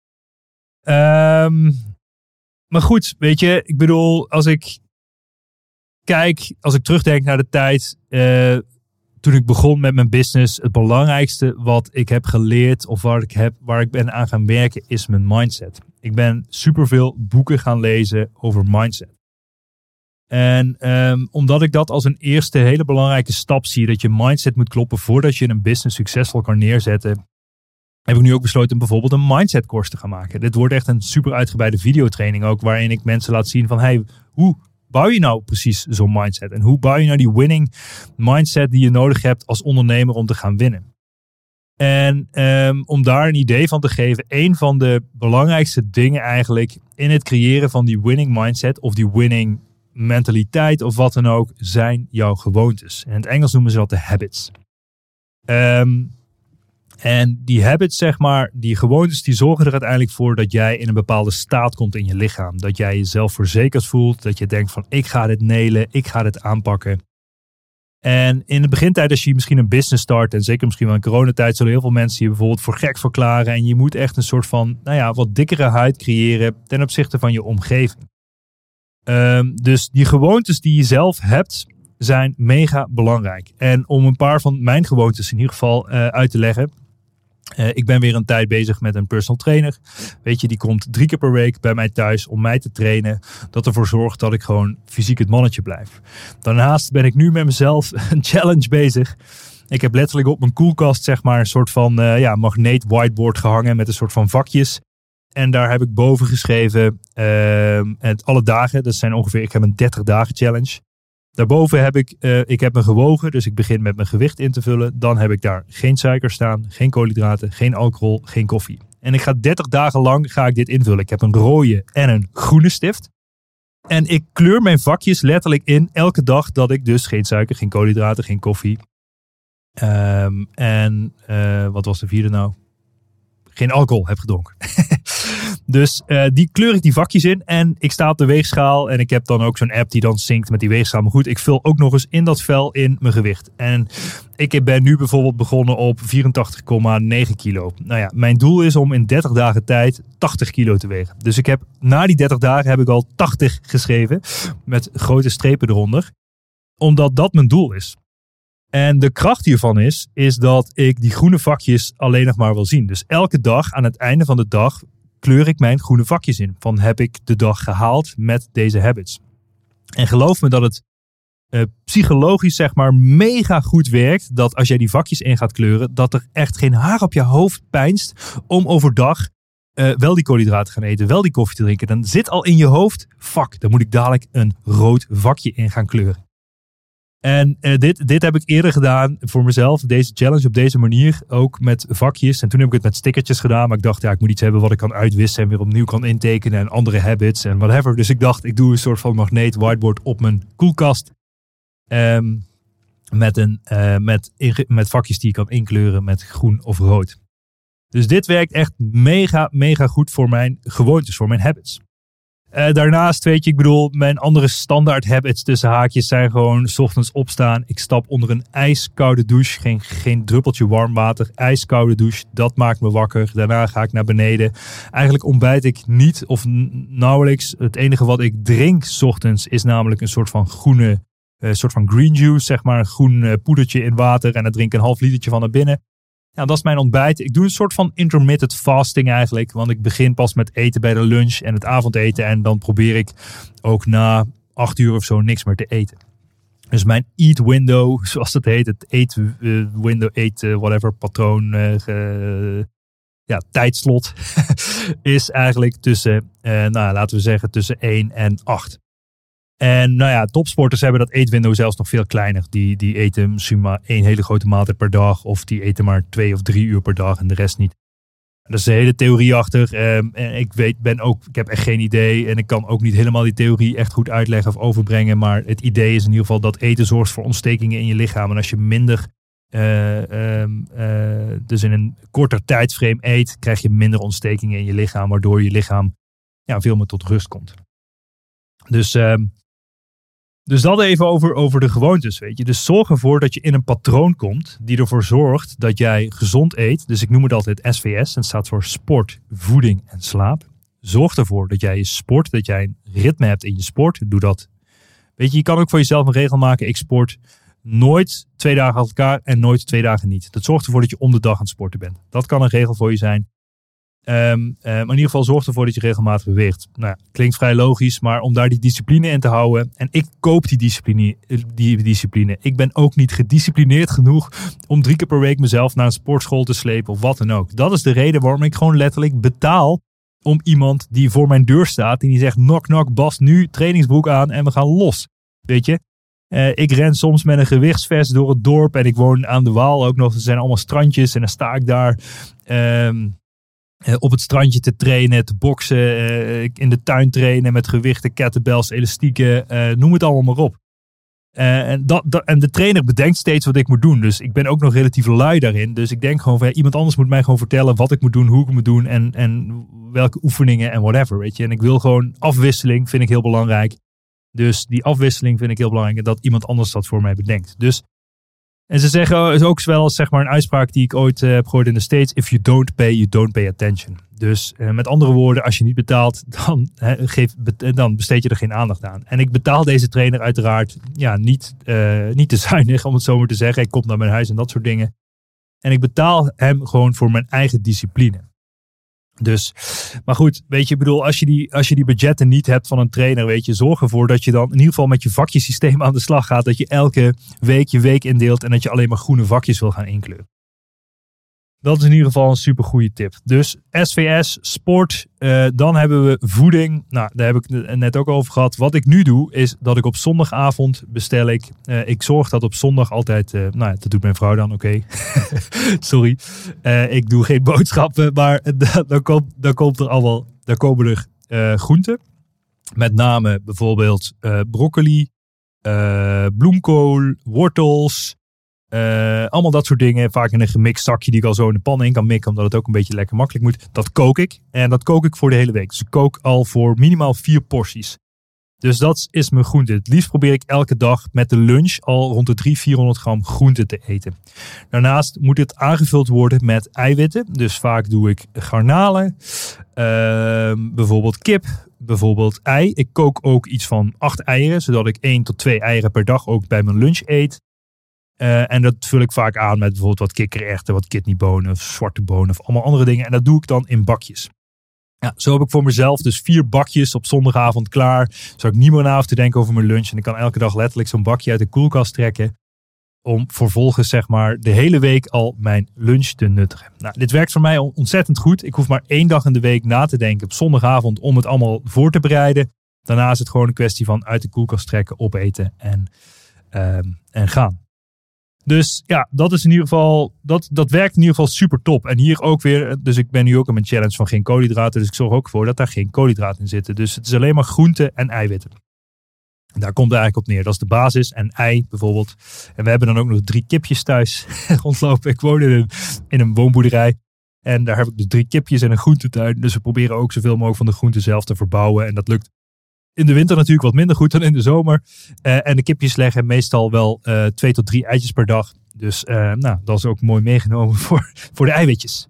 Maar goed, weet je, ik bedoel, als ik terugdenk naar de tijd toen ik begon met mijn business, het belangrijkste wat ik heb geleerd of waar ik ben aan gaan werken is mijn mindset. Ik ben superveel boeken gaan lezen over mindset. En omdat ik dat als een eerste hele belangrijke stap zie, dat je mindset moet kloppen voordat je een business succesvol kan neerzetten, heb ik nu ook besloten om bijvoorbeeld een mindset course te gaan maken. Dit wordt echt een super uitgebreide videotraining ook, waarin ik mensen laat zien van hey, hoe bouw je nou precies zo'n mindset? En hoe bouw je nou die winning mindset die je nodig hebt als ondernemer om te gaan winnen? En om daar een idee van te geven, een van de belangrijkste dingen eigenlijk in het creëren van die winning mindset of die winning mentaliteit of wat dan ook, zijn jouw gewoontes. In het Engels noemen ze dat de habits. En die habits, zeg maar, die gewoontes, die zorgen er uiteindelijk voor dat jij in een bepaalde staat komt in je lichaam. Dat jij jezelf verzekerd voelt, dat je denkt van ik ga dit nailen, ik ga dit aanpakken. En in de begintijd, als je misschien een business start, en zeker misschien wel in coronatijd, zullen heel veel mensen je bijvoorbeeld voor gek verklaren. En je moet echt een soort van, wat dikkere huid creëren ten opzichte van je omgeving. Dus die gewoontes die je zelf hebt, zijn mega belangrijk. En om een paar van mijn gewoontes in ieder geval uit te leggen. Ik ben weer een tijd bezig met een personal trainer. Weet je, die komt 3 keer per week bij mij thuis om mij te trainen. Dat ervoor zorgt dat ik gewoon fysiek het mannetje blijf. Daarnaast ben ik nu met mezelf een challenge bezig. Ik heb letterlijk op mijn koelkast zeg maar een soort van magneet whiteboard gehangen met een soort van vakjes. En daar heb ik boven geschreven alle dagen. Dat zijn ongeveer, ik heb een 30 dagen challenge. Daarboven heb ik heb me gewogen, dus ik begin met mijn gewicht in te vullen. Dan heb ik daar geen suiker staan, geen koolhydraten, geen alcohol, geen koffie. En ik ga 30 dagen lang dit invullen. Ik heb een rode en een groene stift. En ik kleur mijn vakjes letterlijk in elke dag dat ik dus geen suiker, geen koolhydraten, geen koffie. Wat was de vierde nou? Geen alcohol heb gedronken. Dus die kleur ik die vakjes in en ik sta op de weegschaal en ik heb dan ook zo'n app die dan synct met die weegschaal. Maar goed, ik vul ook nog eens in dat vel in mijn gewicht. En ik ben nu bijvoorbeeld begonnen op 84,9 kilo. Nou ja, mijn doel is om in 30 dagen tijd 80 kilo te wegen. Dus ik heb na die 30 dagen heb ik al 80 geschreven met grote strepen eronder. Omdat dat mijn doel is. En de kracht hiervan is dat ik die groene vakjes alleen nog maar wil zien. Dus elke dag aan het einde van de dag kleur ik mijn groene vakjes in. Van heb ik de dag gehaald met deze habits. En geloof me dat het psychologisch zeg maar mega goed werkt. Dat als jij die vakjes in gaat kleuren, dat er echt geen haar op je hoofd pijnst om overdag wel die koolhydraten te gaan eten, wel die koffie te drinken. Dan zit al in je hoofd, fuck, dan moet ik dadelijk een rood vakje in gaan kleuren. En dit heb ik eerder gedaan voor mezelf. Deze challenge op deze manier. Ook met vakjes. En toen heb ik het met stickertjes gedaan. Maar ik dacht, ik moet iets hebben wat ik kan uitwissen. En weer opnieuw kan intekenen. En andere habits en whatever. Dus ik dacht, ik doe een soort van magneet whiteboard op mijn koelkast. Met vakjes die je kan inkleuren met groen of rood. Dus dit werkt echt mega, mega goed voor mijn gewoontes. Voor mijn habits. Daarnaast, weet je, ik bedoel, mijn andere standaard habits tussen haakjes zijn gewoon 's ochtends opstaan. Ik stap onder een ijskoude douche, geen druppeltje warm water, ijskoude douche. Dat maakt me wakker. Daarna ga ik naar beneden. Eigenlijk ontbijt ik niet of nauwelijks. Het enige wat ik drink 's ochtends is namelijk een soort van groene, soort van green juice, zeg maar. Een groen poedertje in water en dan drink ik een half litertje van naar binnen. Ja, dat is mijn ontbijt. Ik doe een soort van intermittent fasting eigenlijk. Want ik begin pas met eten bij de lunch en het avondeten. En dan probeer ik ook na 8 uur of zo niks meer te eten. Dus mijn eat window, zoals dat heet. Het patroon, tijdslot. Is eigenlijk tussen, laten we zeggen tussen 1 en 8. En topsporters hebben dat eetwindow zelfs nog veel kleiner. Die eten misschien maar 1 hele grote maaltijd per dag. Of die eten maar 2 of 3 uur per dag en de rest niet. Er is een hele theorie achter. Ik heb echt geen idee. En ik kan ook niet helemaal die theorie echt goed uitleggen of overbrengen. Maar het idee is in ieder geval dat eten zorgt voor ontstekingen in je lichaam. En als je minder, dus in een korter tijdsframe eet, krijg je minder ontstekingen in je lichaam. Waardoor je lichaam veel meer tot rust komt. Dus dat even over de gewoontes, weet je. Dus zorg ervoor dat je in een patroon komt die ervoor zorgt dat jij gezond eet. Dus ik noem het altijd SVS. En het staat voor sport, voeding en slaap. Zorg ervoor dat jij je sport, dat jij een ritme hebt in je sport. Doe dat. Weet je, je kan ook voor jezelf een regel maken. Ik sport nooit 2 dagen achter elkaar en nooit 2 dagen niet. Dat zorgt ervoor dat je om de dag aan het sporten bent. Dat kan een regel voor je zijn. Maar in ieder geval zorg ervoor dat je regelmatig beweegt. Klinkt vrij logisch, maar om daar die discipline in te houden. En ik koop die discipline. Ik ben ook niet gedisciplineerd genoeg om 3 keer per week mezelf naar een sportschool te slepen of wat dan ook. Dat is de reden waarom ik gewoon letterlijk betaal om iemand die voor mijn deur staat en die zegt knock knock Bas, nu trainingsbroek aan en we gaan los. Weet je? Ik ren soms met een gewichtsvest door het dorp en ik woon aan de Waal ook nog. Er zijn allemaal strandjes en dan sta ik daar op het strandje te trainen, te boksen, in de tuin trainen met gewichten, kettlebells, elastieken, noem het allemaal maar op. En de trainer bedenkt steeds wat ik moet doen. Dus ik ben ook nog relatief lui daarin. Dus ik denk gewoon van iemand anders moet mij gewoon vertellen wat ik moet doen, hoe ik het moet doen en welke oefeningen en whatever, weet je. En ik wil gewoon afwisseling, vind ik heel belangrijk. Dus die afwisseling vind ik heel belangrijk en dat iemand anders dat voor mij bedenkt. Dus En ze zeggen is ook wel zeg maar een uitspraak die ik ooit heb gehoord in de States. If you don't pay, you don't pay attention. Dus met andere woorden, als je niet betaalt, dan besteed je er geen aandacht aan. En ik betaal deze trainer uiteraard niet te zuinig, om het zo maar te zeggen. Ik kom naar mijn huis en dat soort dingen. En ik betaal hem gewoon voor mijn eigen discipline. Dus, maar goed, weet je, ik bedoel, als je die budgetten niet hebt van een trainer, weet je, zorg ervoor dat je dan in ieder geval met je vakjesysteem aan de slag gaat. Dat je elke week je week indeelt en dat je alleen maar groene vakjes wil gaan inkleuren. Dat is in ieder geval een super goede tip. Dus SVS, sport, dan hebben we voeding. Nou, daar heb ik het net ook over gehad. Wat ik nu doe, is dat ik op zondagavond bestel ik. Ik zorg dat op zondag altijd, dat doet mijn vrouw dan, oké. Sorry. Ik doe geen boodschappen, maar dan komen er groenten. Met name bijvoorbeeld broccoli, bloemkool, wortels. Allemaal dat soort dingen. Vaak in een gemixt zakje die ik al zo in de pan in kan mikken. Omdat het ook een beetje lekker makkelijk moet. Dat kook ik. En dat kook ik voor de hele week. Dus ik kook al voor minimaal 4 porties. Dus dat is mijn groente. Het liefst probeer ik elke dag met de lunch al rond de 300-400 gram groente te eten. Daarnaast moet het aangevuld worden met eiwitten. Dus vaak doe ik garnalen. Bijvoorbeeld kip. Bijvoorbeeld ei. Ik kook ook iets van 8 eieren. Zodat ik 1 tot 2 eieren per dag ook bij mijn lunch eet. En dat vul ik vaak aan met bijvoorbeeld wat kikkererwten, wat kidneybonen of zwarte bonen of allemaal andere dingen. En dat doe ik dan in bakjes. Ja, zo heb ik voor mezelf dus 4 bakjes op zondagavond klaar. Zodat ik niet meer na hoef te denken over mijn lunch. En ik kan elke dag letterlijk zo'n bakje uit de koelkast trekken. Om vervolgens zeg maar de hele week al mijn lunch te nuttigen. Nou, dit werkt voor mij ontzettend goed. Ik hoef maar 1 dag in de week na te denken op zondagavond om het allemaal voor te bereiden. Daarna is het gewoon een kwestie van uit de koelkast trekken, opeten en gaan. Dus ja, dat is in ieder geval, dat werkt in ieder geval super top. En hier ook weer, dus ik ben nu ook in mijn challenge van geen koolhydraten. Dus ik zorg ook voor dat daar geen koolhydraten in zitten. Dus het is alleen maar groenten en eiwitten. En daar komt het eigenlijk op neer. Dat is de basis. En ei bijvoorbeeld. En we hebben dan ook nog 3 kipjes thuis rondlopen. Ik woon in een woonboerderij. En daar heb ik dus 3 kipjes en een groentetuin. Dus we proberen ook zoveel mogelijk van de groenten zelf te verbouwen. En dat lukt in de winter natuurlijk wat minder goed dan in de zomer. En de kipjes leggen meestal wel 2 tot 3 eitjes per dag. Dus dat is ook mooi meegenomen voor de eiwitjes.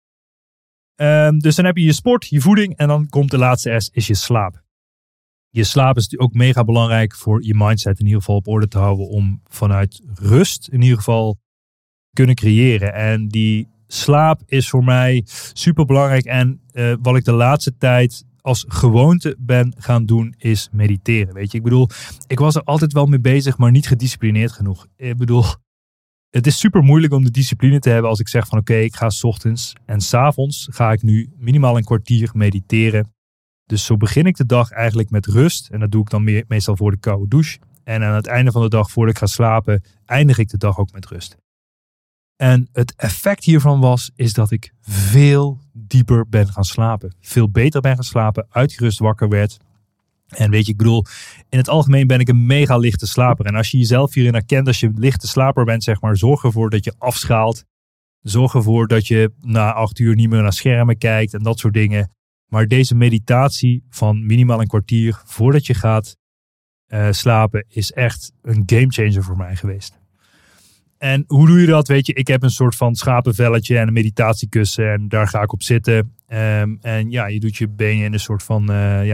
Dus dan heb je je sport, je voeding. En dan komt de laatste S, is je slaap. Je slaap is ook mega belangrijk voor je mindset in ieder geval op orde te houden. Om vanuit rust in ieder geval kunnen creëren. En die slaap is voor mij super belangrijk. En wat ik de laatste tijd als gewoonte ben gaan doen, is mediteren. Weet je, ik bedoel, ik was er altijd wel mee bezig, maar niet gedisciplineerd genoeg. Ik bedoel, het is super moeilijk om de discipline te hebben als ik zeg van oké, ik ga 's ochtends en 's avonds ga ik nu minimaal een kwartier mediteren. Dus zo begin ik de dag eigenlijk met rust. En dat doe ik dan meestal voor de koude douche. En aan het einde van de dag, voordat ik ga slapen, eindig ik de dag ook met rust. En het effect hiervan is dat ik veel dieper ben gaan slapen. Veel beter ben gaan slapen, uitgerust wakker werd. En weet je, ik bedoel, in het algemeen ben ik een mega lichte slaper. En als je jezelf hierin herkent, als je een lichte slaper bent, zeg maar, zorg ervoor dat je afschaalt. Zorg ervoor dat je na 8 uur niet meer naar schermen kijkt en dat soort dingen. Maar deze meditatie van minimaal een kwartier voordat je gaat slapen is echt een gamechanger voor mij geweest. En hoe doe je dat? Weet je, ik heb een soort van schapenvelletje en een meditatiekussen en daar ga ik op zitten. En ja, je doet je benen in een soort van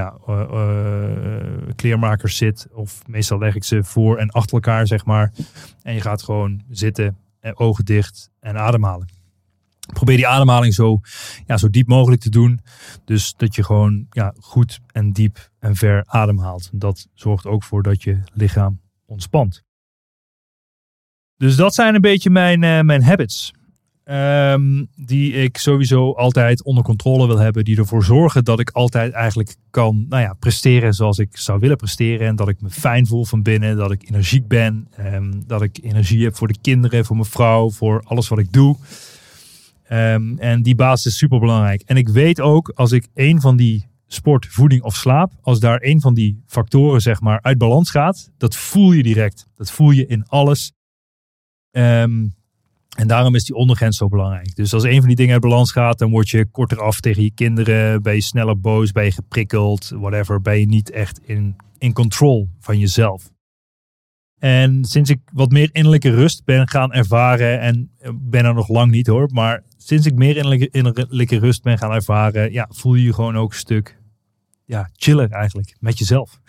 kleermakerszit. Of meestal leg ik ze voor en achter elkaar, zeg maar. En je gaat gewoon zitten, ogen dicht en ademhalen. Probeer die ademhaling zo diep mogelijk te doen. Dus dat je gewoon goed en diep en ver ademhaalt. Dat zorgt ook voor dat je lichaam ontspant. Dus dat zijn een beetje mijn habits. Die ik sowieso altijd onder controle wil hebben. Die ervoor zorgen dat ik altijd eigenlijk kan presteren zoals ik zou willen presteren. En dat ik me fijn voel van binnen. Dat ik energiek ben. Dat ik energie heb voor de kinderen, voor mijn vrouw, voor alles wat ik doe. En die basis is super belangrijk. En ik weet ook, als ik een van die sport, voeding of slaap, als daar een van die factoren zeg maar uit balans gaat, dat voel je direct. Dat voel je in alles. En daarom is die ondergrens zo belangrijk. Dus als een van die dingen uit balans gaat, dan word je korter af tegen je kinderen. Ben je sneller boos, ben je geprikkeld, whatever. Ben je niet echt in control van jezelf. En sinds ik wat meer innerlijke rust ben gaan ervaren, en ben er nog lang niet hoor, maar sinds ik meer innerlijke rust ben gaan ervaren, ja, voel je je gewoon ook een stuk chiller eigenlijk met jezelf.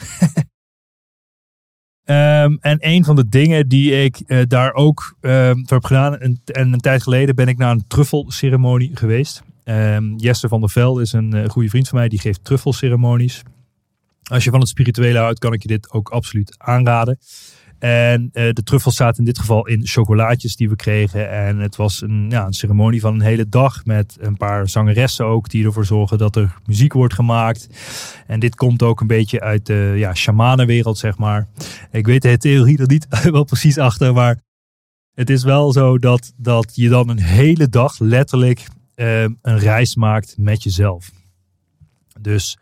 En een van de dingen die ik daar ook voor heb gedaan, en een tijd geleden ben ik naar een truffelceremonie geweest. Jesse van der Velde is een goede vriend van mij, die geeft truffelceremonies. Als je van het spirituele houdt, kan ik je dit ook absoluut aanraden. En de truffels zaten in dit geval in chocolaatjes die we kregen. En het was een ceremonie van een hele dag met een paar zangeressen ook, die ervoor zorgen dat er muziek wordt gemaakt. En dit komt ook een beetje uit de shamanenwereld, zeg maar. Ik weet de theorie er niet wel precies achter, maar het is wel zo dat je dan een hele dag letterlijk een reis maakt met jezelf. Dus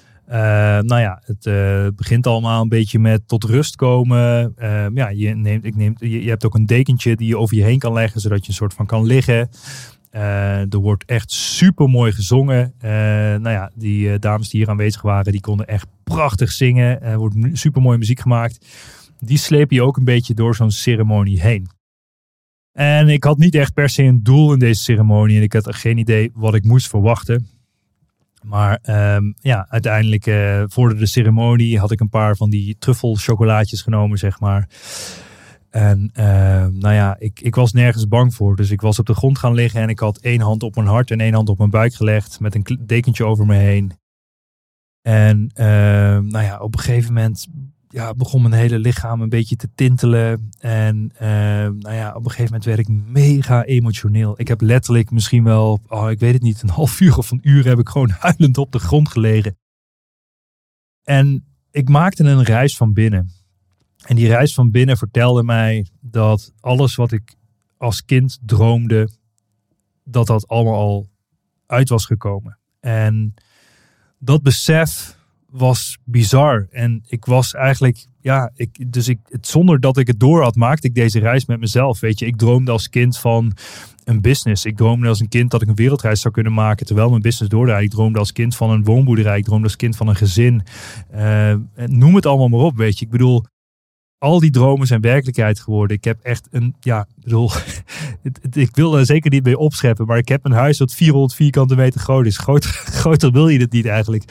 het begint allemaal een beetje met tot rust komen. Je hebt ook een dekentje die je over je heen kan leggen, zodat je een soort van kan liggen. Er wordt echt super mooi gezongen. Die dames die hier aanwezig waren, die konden echt prachtig zingen. Er wordt super mooie muziek gemaakt. Die slepen je ook een beetje door zo'n ceremonie heen. En ik had niet echt per se een doel in deze ceremonie. En ik had geen idee wat ik moest verwachten. Maar uiteindelijk voor de ceremonie had ik een paar van die truffelchocolaatjes genomen, zeg maar. En ik was nergens bang voor. Dus ik was op de grond gaan liggen en ik had 1 hand op mijn hart en 1 hand op mijn buik gelegd met een dekentje over me heen. En op een gegeven moment begon mijn hele lichaam een beetje te tintelen. En op een gegeven moment werd ik mega emotioneel. Ik heb letterlijk misschien wel, ik weet het niet, een half uur of een uur heb ik gewoon huilend op de grond gelegen. En ik maakte een reis van binnen. En die reis van binnen vertelde mij dat alles wat ik als kind droomde, dat allemaal al uit was gekomen. En dat besef was bizar. En ik was eigenlijk, zonder dat ik het door had, maakte ik deze reis met mezelf. Weet je, ik droomde als kind van een business. Ik droomde als een kind dat ik een wereldreis zou kunnen maken terwijl mijn business doordraaide. Ik droomde als kind van een woonboerderij. Ik droomde als kind van een gezin. Noem het allemaal maar op, weet je. Ik bedoel, al die dromen zijn werkelijkheid geworden. Ik heb echt ik wil er zeker niet mee opscheppen, maar ik heb een huis dat 400 vierkante meter groot is. Groter wil je het niet eigenlijk.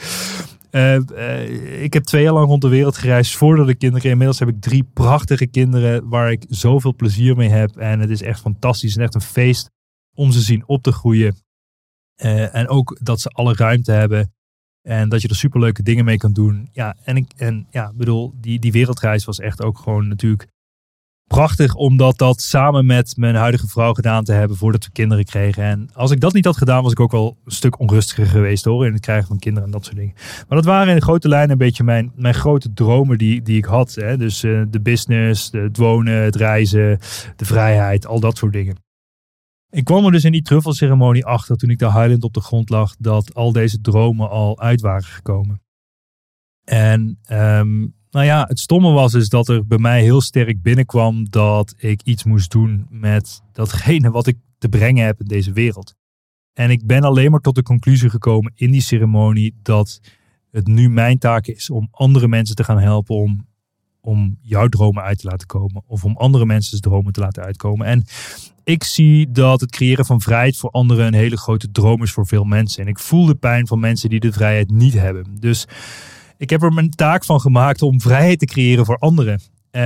Ik heb 2 jaar lang rond de wereld gereisd voordat ik kinderen kreeg. Inmiddels heb ik 3 prachtige kinderen waar ik zoveel plezier mee heb. En het is echt fantastisch en echt een feest om ze zien op te groeien. En ook dat ze alle ruimte hebben. En dat je er superleuke dingen mee kan doen. Ja, die wereldreis was echt ook gewoon natuurlijk prachtig, omdat dat samen met mijn huidige vrouw gedaan te hebben voordat we kinderen kregen. En als ik dat niet had gedaan, was ik ook wel een stuk onrustiger geweest hoor, in het krijgen van kinderen en dat soort dingen. Maar dat waren in grote lijnen een beetje mijn grote dromen die ik had. Hè? Dus de business, het wonen, het reizen, de vrijheid, al dat soort dingen. Ik kwam er dus in die truffelceremonie achter toen ik daar huilend op de grond lag, dat al deze dromen al uit waren gekomen. En het stomme was is dat er bij mij heel sterk binnenkwam dat ik iets moest doen met datgene wat ik te brengen heb in deze wereld. En ik ben alleen maar tot de conclusie gekomen in die ceremonie dat het nu mijn taak is om andere mensen te gaan helpen om jouw dromen uit te laten komen. Of om andere mensen's dromen te laten uitkomen. En ik zie dat het creëren van vrijheid voor anderen een hele grote droom is voor veel mensen. En ik voel de pijn van mensen die de vrijheid niet hebben. Dus ik heb er mijn taak van gemaakt om vrijheid te creëren voor anderen.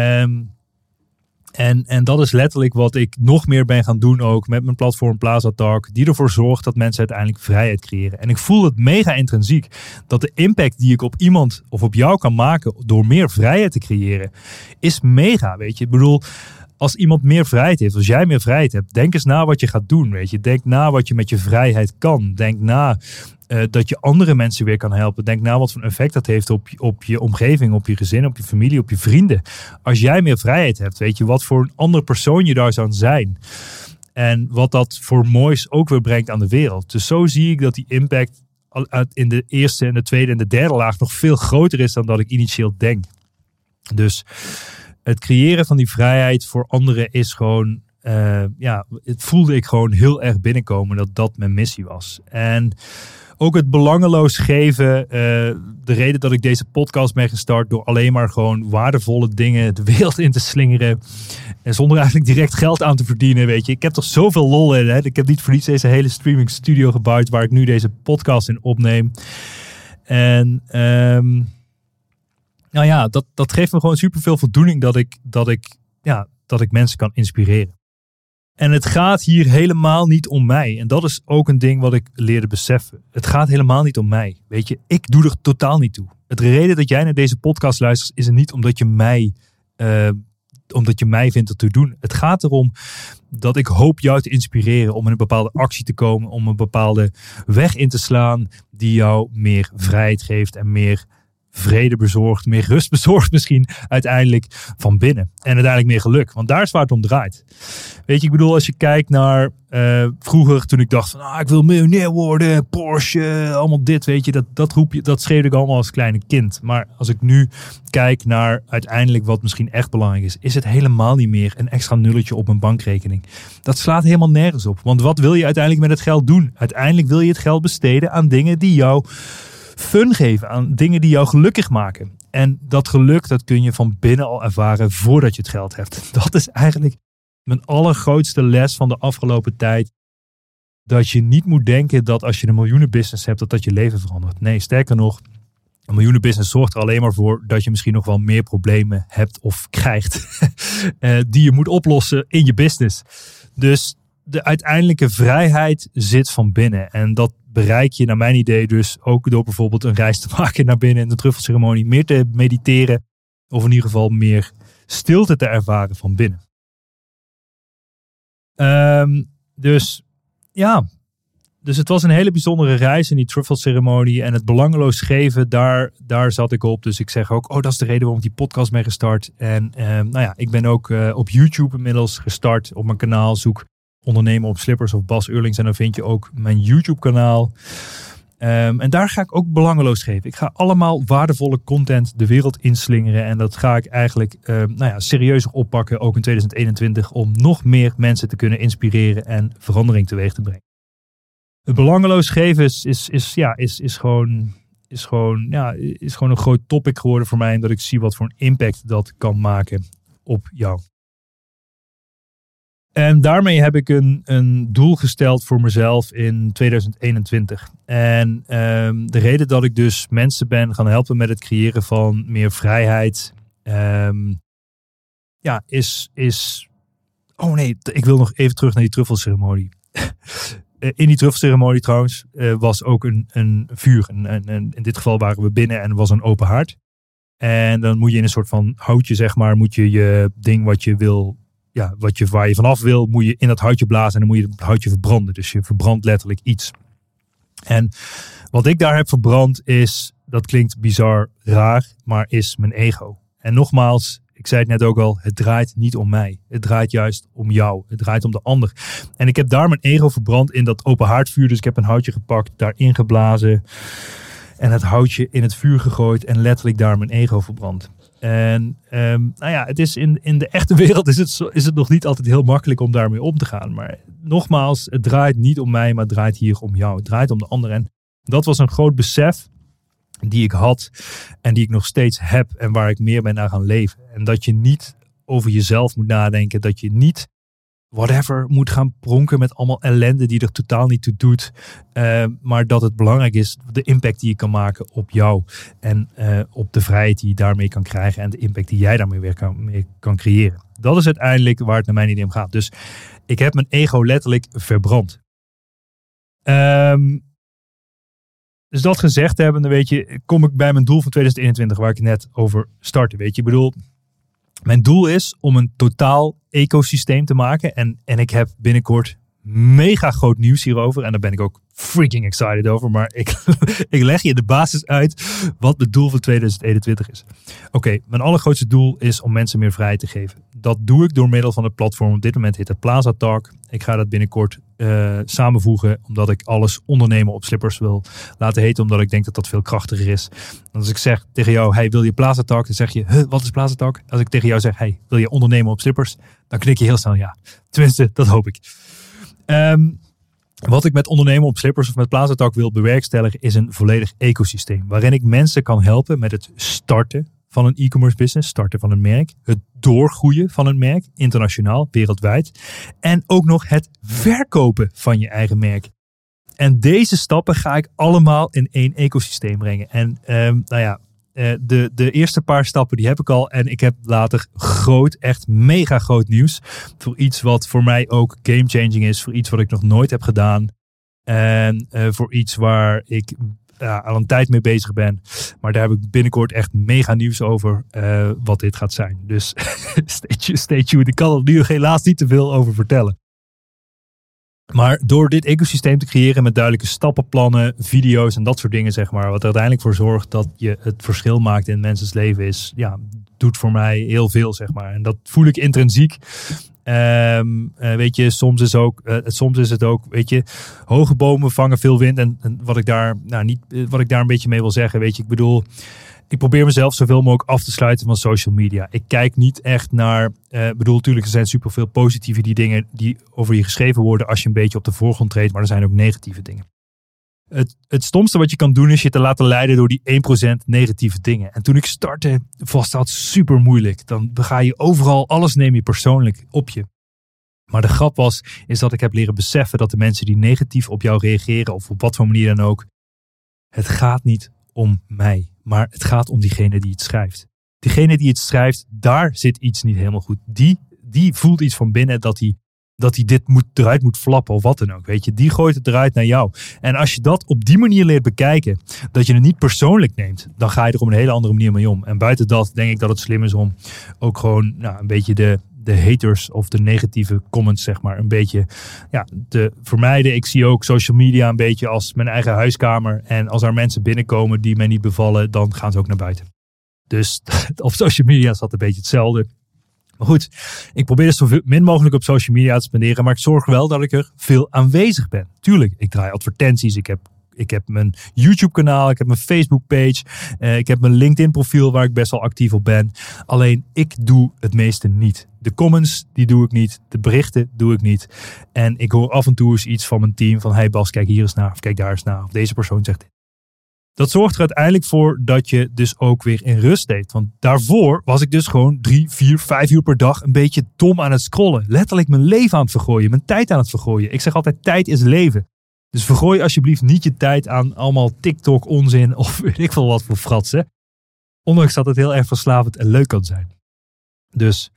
En dat is letterlijk wat ik nog meer ben gaan doen ook met mijn platform Plaza Talk. Die ervoor zorgt dat mensen uiteindelijk vrijheid creëren. En ik voel het mega intrinsiek. Dat de impact die ik op iemand of op jou kan maken door meer vrijheid te creëren, is mega, weet je. Ik bedoel, als iemand meer vrijheid heeft, als jij meer vrijheid hebt, denk eens na wat je gaat doen, weet je. Denk na wat je met je vrijheid kan. Denk na dat je andere mensen weer kan helpen. Denk na wat voor een effect dat heeft op je omgeving, op je gezin, op je familie, op je vrienden. Als jij meer vrijheid hebt, weet je wat voor een ander persoon je daar zou zijn. En wat dat voor moois ook weer brengt aan de wereld. Dus zo zie ik dat die impact in de eerste en de tweede en de derde laag nog veel groter is dan dat ik initieel denk. Dus het creëren van die vrijheid voor anderen is gewoon het voelde ik gewoon heel erg binnenkomen dat dat mijn missie was. En ook het belangeloos geven. De reden dat ik deze podcast ben gestart door alleen maar gewoon waardevolle dingen de wereld in te slingeren. En zonder eigenlijk direct geld aan te verdienen, weet je. Ik heb toch zoveel lol in, hè. Ik heb niet voor niets deze hele streaming studio gebouwd waar ik nu deze podcast in opneem. En dat geeft me gewoon superveel voldoening dat ik mensen kan inspireren. En het gaat hier helemaal niet om mij. En dat is ook een ding wat ik leerde beseffen. Het gaat helemaal niet om mij. Weet je, ik doe er totaal niet toe. Het reden dat jij naar deze podcast luistert is er niet omdat je mij vindt het te doen. Het gaat erom dat ik hoop jou te inspireren om in een bepaalde actie te komen. Om een bepaalde weg in te slaan die jou meer vrijheid geeft en meer vrede bezorgt, meer rust bezorgt misschien uiteindelijk van binnen. En uiteindelijk meer geluk, want daar is waar het om draait. Weet je, ik bedoel, als je kijkt naar vroeger toen ik dacht van, ik wil miljonair worden, Porsche, allemaal dit, weet je, dat schreeuwde ik allemaal als kleine kind. Maar als ik nu kijk naar uiteindelijk wat misschien echt belangrijk is het helemaal niet meer een extra nulletje op mijn bankrekening. Dat slaat helemaal nergens op, want wat wil je uiteindelijk met het geld doen? Uiteindelijk wil je het geld besteden aan dingen die jou fun geven, aan dingen die jou gelukkig maken. En dat geluk, dat kun je van binnen al ervaren voordat je het geld hebt. Dat is eigenlijk mijn allergrootste les van de afgelopen tijd. Dat je niet moet denken dat als je een miljoenenbusiness hebt, dat je leven verandert. Nee, sterker nog, een miljoenenbusiness zorgt er alleen maar voor dat je misschien nog wel meer problemen hebt of krijgt. Die je moet oplossen in je business. Dus de uiteindelijke vrijheid zit van binnen. En dat bereik je naar mijn idee dus ook door bijvoorbeeld een reis te maken naar binnen in de truffelceremonie. Meer te mediteren of in ieder geval meer stilte te ervaren van binnen. Dus het was een hele bijzondere reis in die truffelceremonie. En het belangeloos geven, daar zat ik op. Dus ik zeg ook, dat is de reden waarom ik die podcast ben gestart. En ik ben ook op YouTube inmiddels gestart op mijn kanaal. Zoek Ondernemen op Slippers of Bas Eurlings. En dan vind je ook mijn YouTube kanaal. En daar ga ik ook belangeloos geven. Ik ga allemaal waardevolle content de wereld inslingeren. En dat ga ik eigenlijk serieuzer oppakken. Ook in 2021. Om nog meer mensen te kunnen inspireren. En verandering teweeg te brengen. Het belangeloos geven is gewoon een groot topic geworden voor mij. En dat ik zie wat voor een impact dat kan maken op jou. En daarmee heb ik een doel gesteld voor mezelf in 2021. En de reden dat ik dus mensen ben gaan helpen met het creëren van meer vrijheid. is... Oh nee, ik wil nog even terug naar die truffelceremonie. In die truffelceremonie trouwens was ook een vuur. In dit geval waren we binnen en er was een open haard. En dan moet je in een soort van houtje, zeg maar, moet je ding wat je wil... waar je vanaf wil, moet je in dat houtje blazen en dan moet je het houtje verbranden. Dus je verbrandt letterlijk iets. En wat ik daar heb verbrand is, dat klinkt bizar raar, maar is mijn ego. En nogmaals, ik zei het net ook al, het draait niet om mij. Het draait juist om jou. Het draait om de ander. En ik heb daar mijn ego verbrand in dat open haardvuur. Dus ik heb een houtje gepakt, daarin geblazen en het houtje in het vuur gegooid en letterlijk daar mijn ego verbrand. En het is in de echte wereld is het nog niet altijd heel makkelijk om daarmee om te gaan. Maar nogmaals, het draait niet om mij, maar het draait hier om jou. Het draait om de ander. En dat was een groot besef die ik had en die ik nog steeds heb en waar ik meer ben naar gaan leven. En dat je niet over jezelf moet nadenken, dat je niet moet gaan pronken met allemaal ellende die er totaal niet toe doet. Maar dat het belangrijk is, de impact die je kan maken op jou. En op de vrijheid die je daarmee kan krijgen. En de impact die jij daarmee weer kan creëren. Dat is uiteindelijk waar het naar mijn idee om gaat. Dus ik heb mijn ego letterlijk verbrand. Dus dat gezegd hebbende, weet je, kom ik bij mijn doel van 2021 waar ik net over startte. Weet je, ik bedoel, mijn doel is om een totaal ecosysteem te maken. En ik heb binnenkort mega groot nieuws hierover. En daar ben ik ook freaking excited over. Maar ik leg je de basis uit wat het doel van 2021 is. Oké, mijn allergrootste doel is om mensen meer vrijheid te geven. Dat doe ik door middel van het platform. Op dit moment heet het Plaza Talk. Ik ga dat binnenkort samenvoegen. Omdat ik alles ondernemen op slippers wil laten heten. Omdat ik denk dat dat veel krachtiger is. Als ik zeg tegen jou, hey, wil je Plaza Talk? Dan zeg je, wat is Plaza Talk? Als ik tegen jou zeg, hey, wil je ondernemen op slippers? Dan knik je heel snel ja. Tenminste, dat hoop ik. Wat ik met ondernemen op slippers of met Plaza Talk wil bewerkstelligen is een volledig ecosysteem. Waarin ik mensen kan helpen met het starten van een e-commerce business, starten van een merk. Het doorgroeien van een merk, internationaal, wereldwijd. En ook nog het verkopen van je eigen merk. En deze stappen ga ik allemaal in één ecosysteem brengen. En de eerste paar stappen die heb ik al. En ik heb later echt mega groot nieuws. Voor iets wat voor mij ook game-changing is. Voor iets wat ik nog nooit heb gedaan. En voor iets waar ik al een tijd mee bezig ben. Maar daar heb ik binnenkort echt mega nieuws over wat dit gaat zijn. Dus stay tuned. Ik kan er nu helaas niet te veel over vertellen. Maar door dit ecosysteem te creëren met duidelijke stappenplannen, video's en dat soort dingen, zeg maar, wat er uiteindelijk voor zorgt dat je het verschil maakt in mensen's leven is, doet voor mij heel veel, zeg maar. En dat voel ik intrinsiek. Weet je, soms is het ook, weet je, hoge bomen vangen veel wind. En wat ik daar een beetje mee wil zeggen, weet je, ik bedoel, ik probeer mezelf zoveel mogelijk af te sluiten van social media. Ik kijk niet echt naar, natuurlijk er zijn superveel positieve dingen die over je geschreven worden als je een beetje op de voorgrond treedt, maar er zijn ook negatieve dingen. Het stomste wat je kan doen is je te laten leiden door die 1% negatieve dingen. En toen ik startte was dat super moeilijk. Dan ga je overal, alles neem je persoonlijk op je. Maar de grap is dat ik heb leren beseffen dat de mensen die negatief op jou reageren, of op wat voor manier dan ook, het gaat niet om mij, maar het gaat om diegene die het schrijft. Diegene die het schrijft, daar zit iets niet helemaal goed. Die voelt iets van binnen dat hij dit eruit moet flappen of wat dan ook. Weet je, die gooit het eruit naar jou. En als je dat op die manier leert bekijken, dat je het niet persoonlijk neemt, dan ga je er op een hele andere manier mee om. En buiten dat denk ik dat het slim is om ook gewoon een beetje de haters of de negatieve comments, zeg maar, een beetje te vermijden. Ik zie ook social media een beetje als mijn eigen huiskamer. En als er mensen binnenkomen die mij niet bevallen, dan gaan ze ook naar buiten. Dus op social media is dat een beetje hetzelfde. Maar goed, ik probeer dus zo min mogelijk op social media te spenderen. Maar ik zorg wel dat ik er veel aanwezig ben. Tuurlijk, ik draai advertenties. Ik heb mijn YouTube kanaal. Ik heb mijn Facebook page. Ik heb mijn LinkedIn profiel waar ik best wel actief op ben. Alleen ik doe het meeste niet. De comments, die doe ik niet. De berichten doe ik niet. En ik hoor af en toe eens iets van mijn team. Van hey Bas, kijk hier eens naar. Of kijk daar eens naar. Of deze persoon zegt dit. Dat zorgt er uiteindelijk voor dat je dus ook weer in rust deed. Want daarvoor was ik dus gewoon 3, 4, 5 uur per dag een beetje dom aan het scrollen. Letterlijk mijn leven aan het vergooien. Mijn tijd aan het vergooien. Ik zeg altijd, tijd is leven. Dus vergooi alsjeblieft niet je tijd aan allemaal TikTok onzin of weet ik veel wat voor fratsen. Ondanks dat het heel erg verslavend en leuk kan zijn. Dus,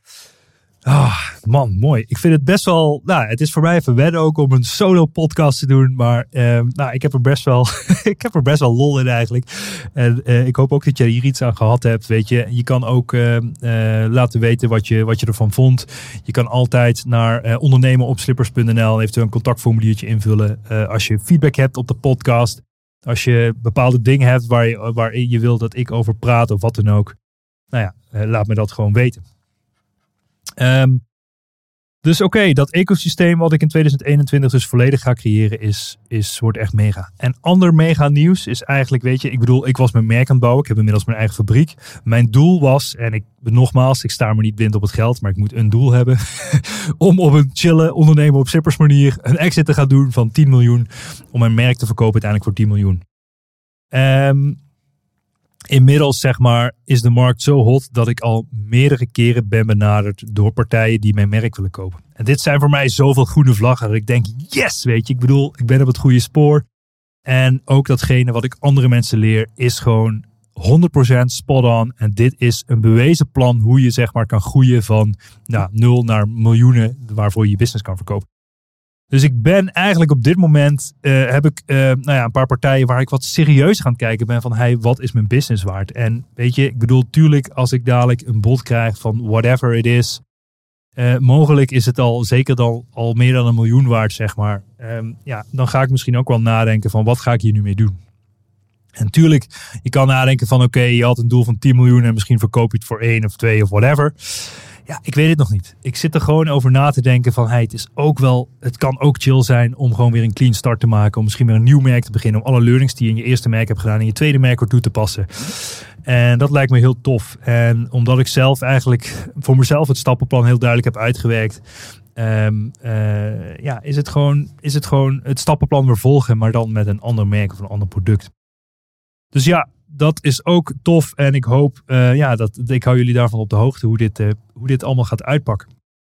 man, mooi. Ik vind het best wel, het is voor mij even wennen ook om een solo podcast te doen. Maar ik heb er best wel lol in eigenlijk. En ik hoop ook dat je hier iets aan gehad hebt. Weet je, je kan ook laten weten wat je ervan vond. Je kan altijd naar ondernemenopslippers.nl en eventueel een contactformuliertje invullen. Als je feedback hebt op de podcast. Als je bepaalde dingen hebt waar je wil dat ik over praat of wat dan ook. Laat me dat gewoon weten. Dus oké, dat ecosysteem wat ik in 2021 dus volledig ga creëren wordt echt mega. En ander mega nieuws is eigenlijk, weet je, ik was mijn merk aan het bouwen. Ik heb inmiddels mijn eigen fabriek. Mijn doel was, en ik sta me niet blind op het geld, maar ik moet een doel hebben. Om op een chille ondernemen op slippers manier een exit te gaan doen van 10 miljoen. Om mijn merk te verkopen uiteindelijk voor 10 miljoen. Inmiddels, zeg maar, is de markt zo hot dat ik al meerdere keren ben benaderd door partijen die mijn merk willen kopen. En dit zijn voor mij zoveel groene vlaggen dat ik denk, yes, weet je, ik bedoel, ik ben op het goede spoor. En ook datgene wat ik andere mensen leer is gewoon 100% spot on. En dit is een bewezen plan hoe je, zeg maar, kan groeien van 0 naar miljoenen waarvoor je je business kan verkopen. Dus ik ben eigenlijk op dit moment, heb ik een paar partijen waar ik wat serieus aan het kijken ben van, hey, wat is mijn business waard? En weet je, ik bedoel, tuurlijk als ik dadelijk een bod krijg van whatever it is, mogelijk is het al zeker al meer dan 1 miljoen waard, zeg maar. Dan ga ik misschien ook wel nadenken van wat ga ik hier nu mee doen. En natuurlijk, je kan nadenken van oké, je had een doel van 10 miljoen en misschien verkoop je het voor 1 of 2 of whatever. Ja, ik weet het nog niet. Ik zit er gewoon over na te denken van het kan ook chill zijn om gewoon weer een clean start te maken. Om misschien weer een nieuw merk te beginnen. Om alle learnings die je in je eerste merk hebt gedaan in je tweede merk weer toe te passen. En dat lijkt me heel tof. En omdat ik zelf eigenlijk voor mezelf het stappenplan heel duidelijk heb uitgewerkt. Is het gewoon het stappenplan weer volgen, maar dan met een ander merk of een ander product. Dus ja, dat is ook tof. En ik hoop ik hou jullie daarvan op de hoogte hoe dit allemaal gaat uitpakken.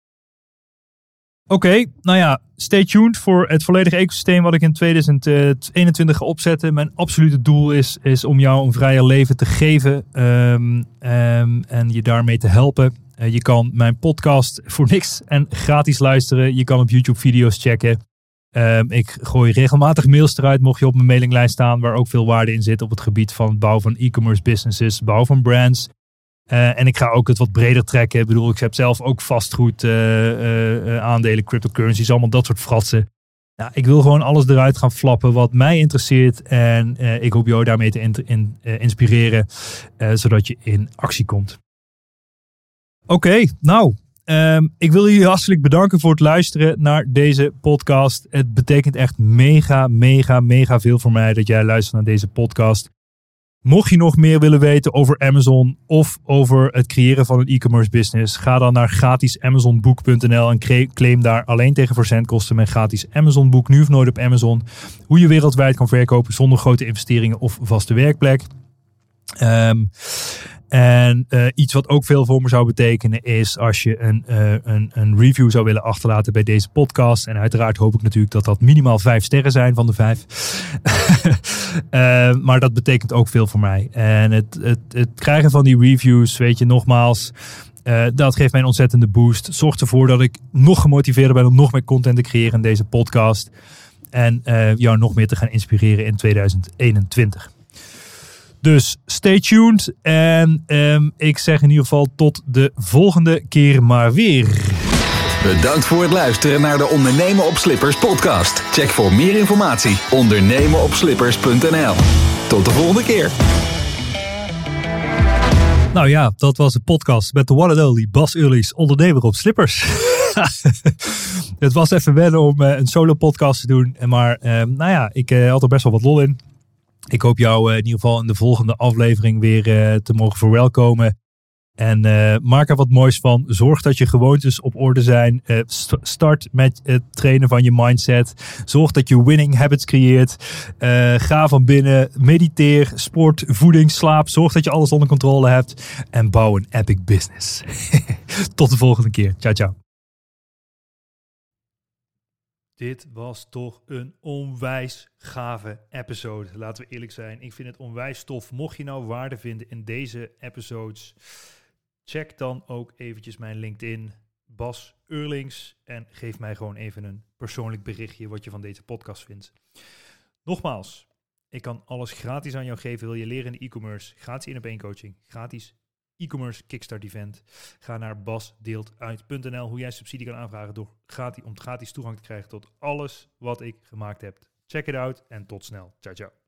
Oké, stay tuned voor het volledige ecosysteem wat ik in 2021 ga opzetten. Mijn absolute doel is om jou een vrijer leven te geven en je daarmee te helpen. Je kan mijn podcast voor niks en gratis luisteren. Je kan op YouTube video's checken. Ik gooi regelmatig mails eruit, mocht je op mijn mailinglijst staan, waar ook veel waarde in zit op het gebied van het bouwen van e-commerce businesses, bouw van brands. En ik ga ook het wat breder trekken. Ik bedoel, ik heb zelf ook vastgoed, aandelen, cryptocurrencies, allemaal dat soort fratsen. Ja, ik wil gewoon alles eruit gaan flappen wat mij interesseert. En ik hoop jou daarmee te inspireren, zodat je in actie komt. Oké, ik wil jullie hartelijk bedanken voor het luisteren naar deze podcast. Het betekent echt mega, mega, mega veel voor mij dat jij luistert naar deze podcast. Mocht je nog meer willen weten over Amazon of over het creëren van een e-commerce business, ga dan naar gratisamazonboek.nl en claim daar alleen tegen verzendkosten mijn gratis Amazon boek, nu of nooit op Amazon. Hoe je wereldwijd kan verkopen zonder grote investeringen of vaste werkplek. Iets wat ook veel voor me zou betekenen is als je een review zou willen achterlaten bij deze podcast. En uiteraard hoop ik natuurlijk dat minimaal 5 sterren zijn van de 5. Maar dat betekent ook veel voor mij. En het krijgen van die reviews, weet je, nogmaals, dat geeft mij een ontzettende boost. Zorgt ervoor dat ik nog gemotiveerder ben om nog meer content te creëren in deze podcast. En jou nog meer te gaan inspireren in 2021. Dus stay tuned en ik zeg in ieder geval tot de volgende keer maar weer. Bedankt voor het luisteren naar de Ondernemen op Slippers podcast. Check voor meer informatie ondernemenopslippers.nl. Tot de volgende keer. Nou ja, dat was de podcast met de one and only Bas Eurlings, ondernemer op Slippers. Het was even wennen om een solo podcast te doen, maar ik had er best wel wat lol in. Ik hoop jou in ieder geval in de volgende aflevering weer te mogen verwelkomen. En maak er wat moois van. Zorg dat je gewoontes op orde zijn. Start met het trainen van je mindset. Zorg dat je winning habits creëert. Ga van binnen. Mediteer. Sport. Voeding. Slaap. Zorg dat je alles onder controle hebt. En bouw een epic business. Tot de volgende keer. Ciao, ciao. Dit was toch een onwijs gave episode. Laten we eerlijk zijn. Ik vind het onwijs tof. Mocht je nou waarde vinden in deze episodes, check dan ook eventjes mijn LinkedIn, Bas Eurlings. En geef mij gewoon even een persoonlijk berichtje wat je van deze podcast vindt. Nogmaals, ik kan alles gratis aan jou geven. Wil je leren in de e-commerce? Gratis 1-op-1 coaching. Gratis e-commerce kickstart event. Ga naar basdeeltuit.nl hoe jij subsidie kan aanvragen om gratis toegang te krijgen tot alles wat ik gemaakt heb. Check it out en tot snel. Ciao, ciao.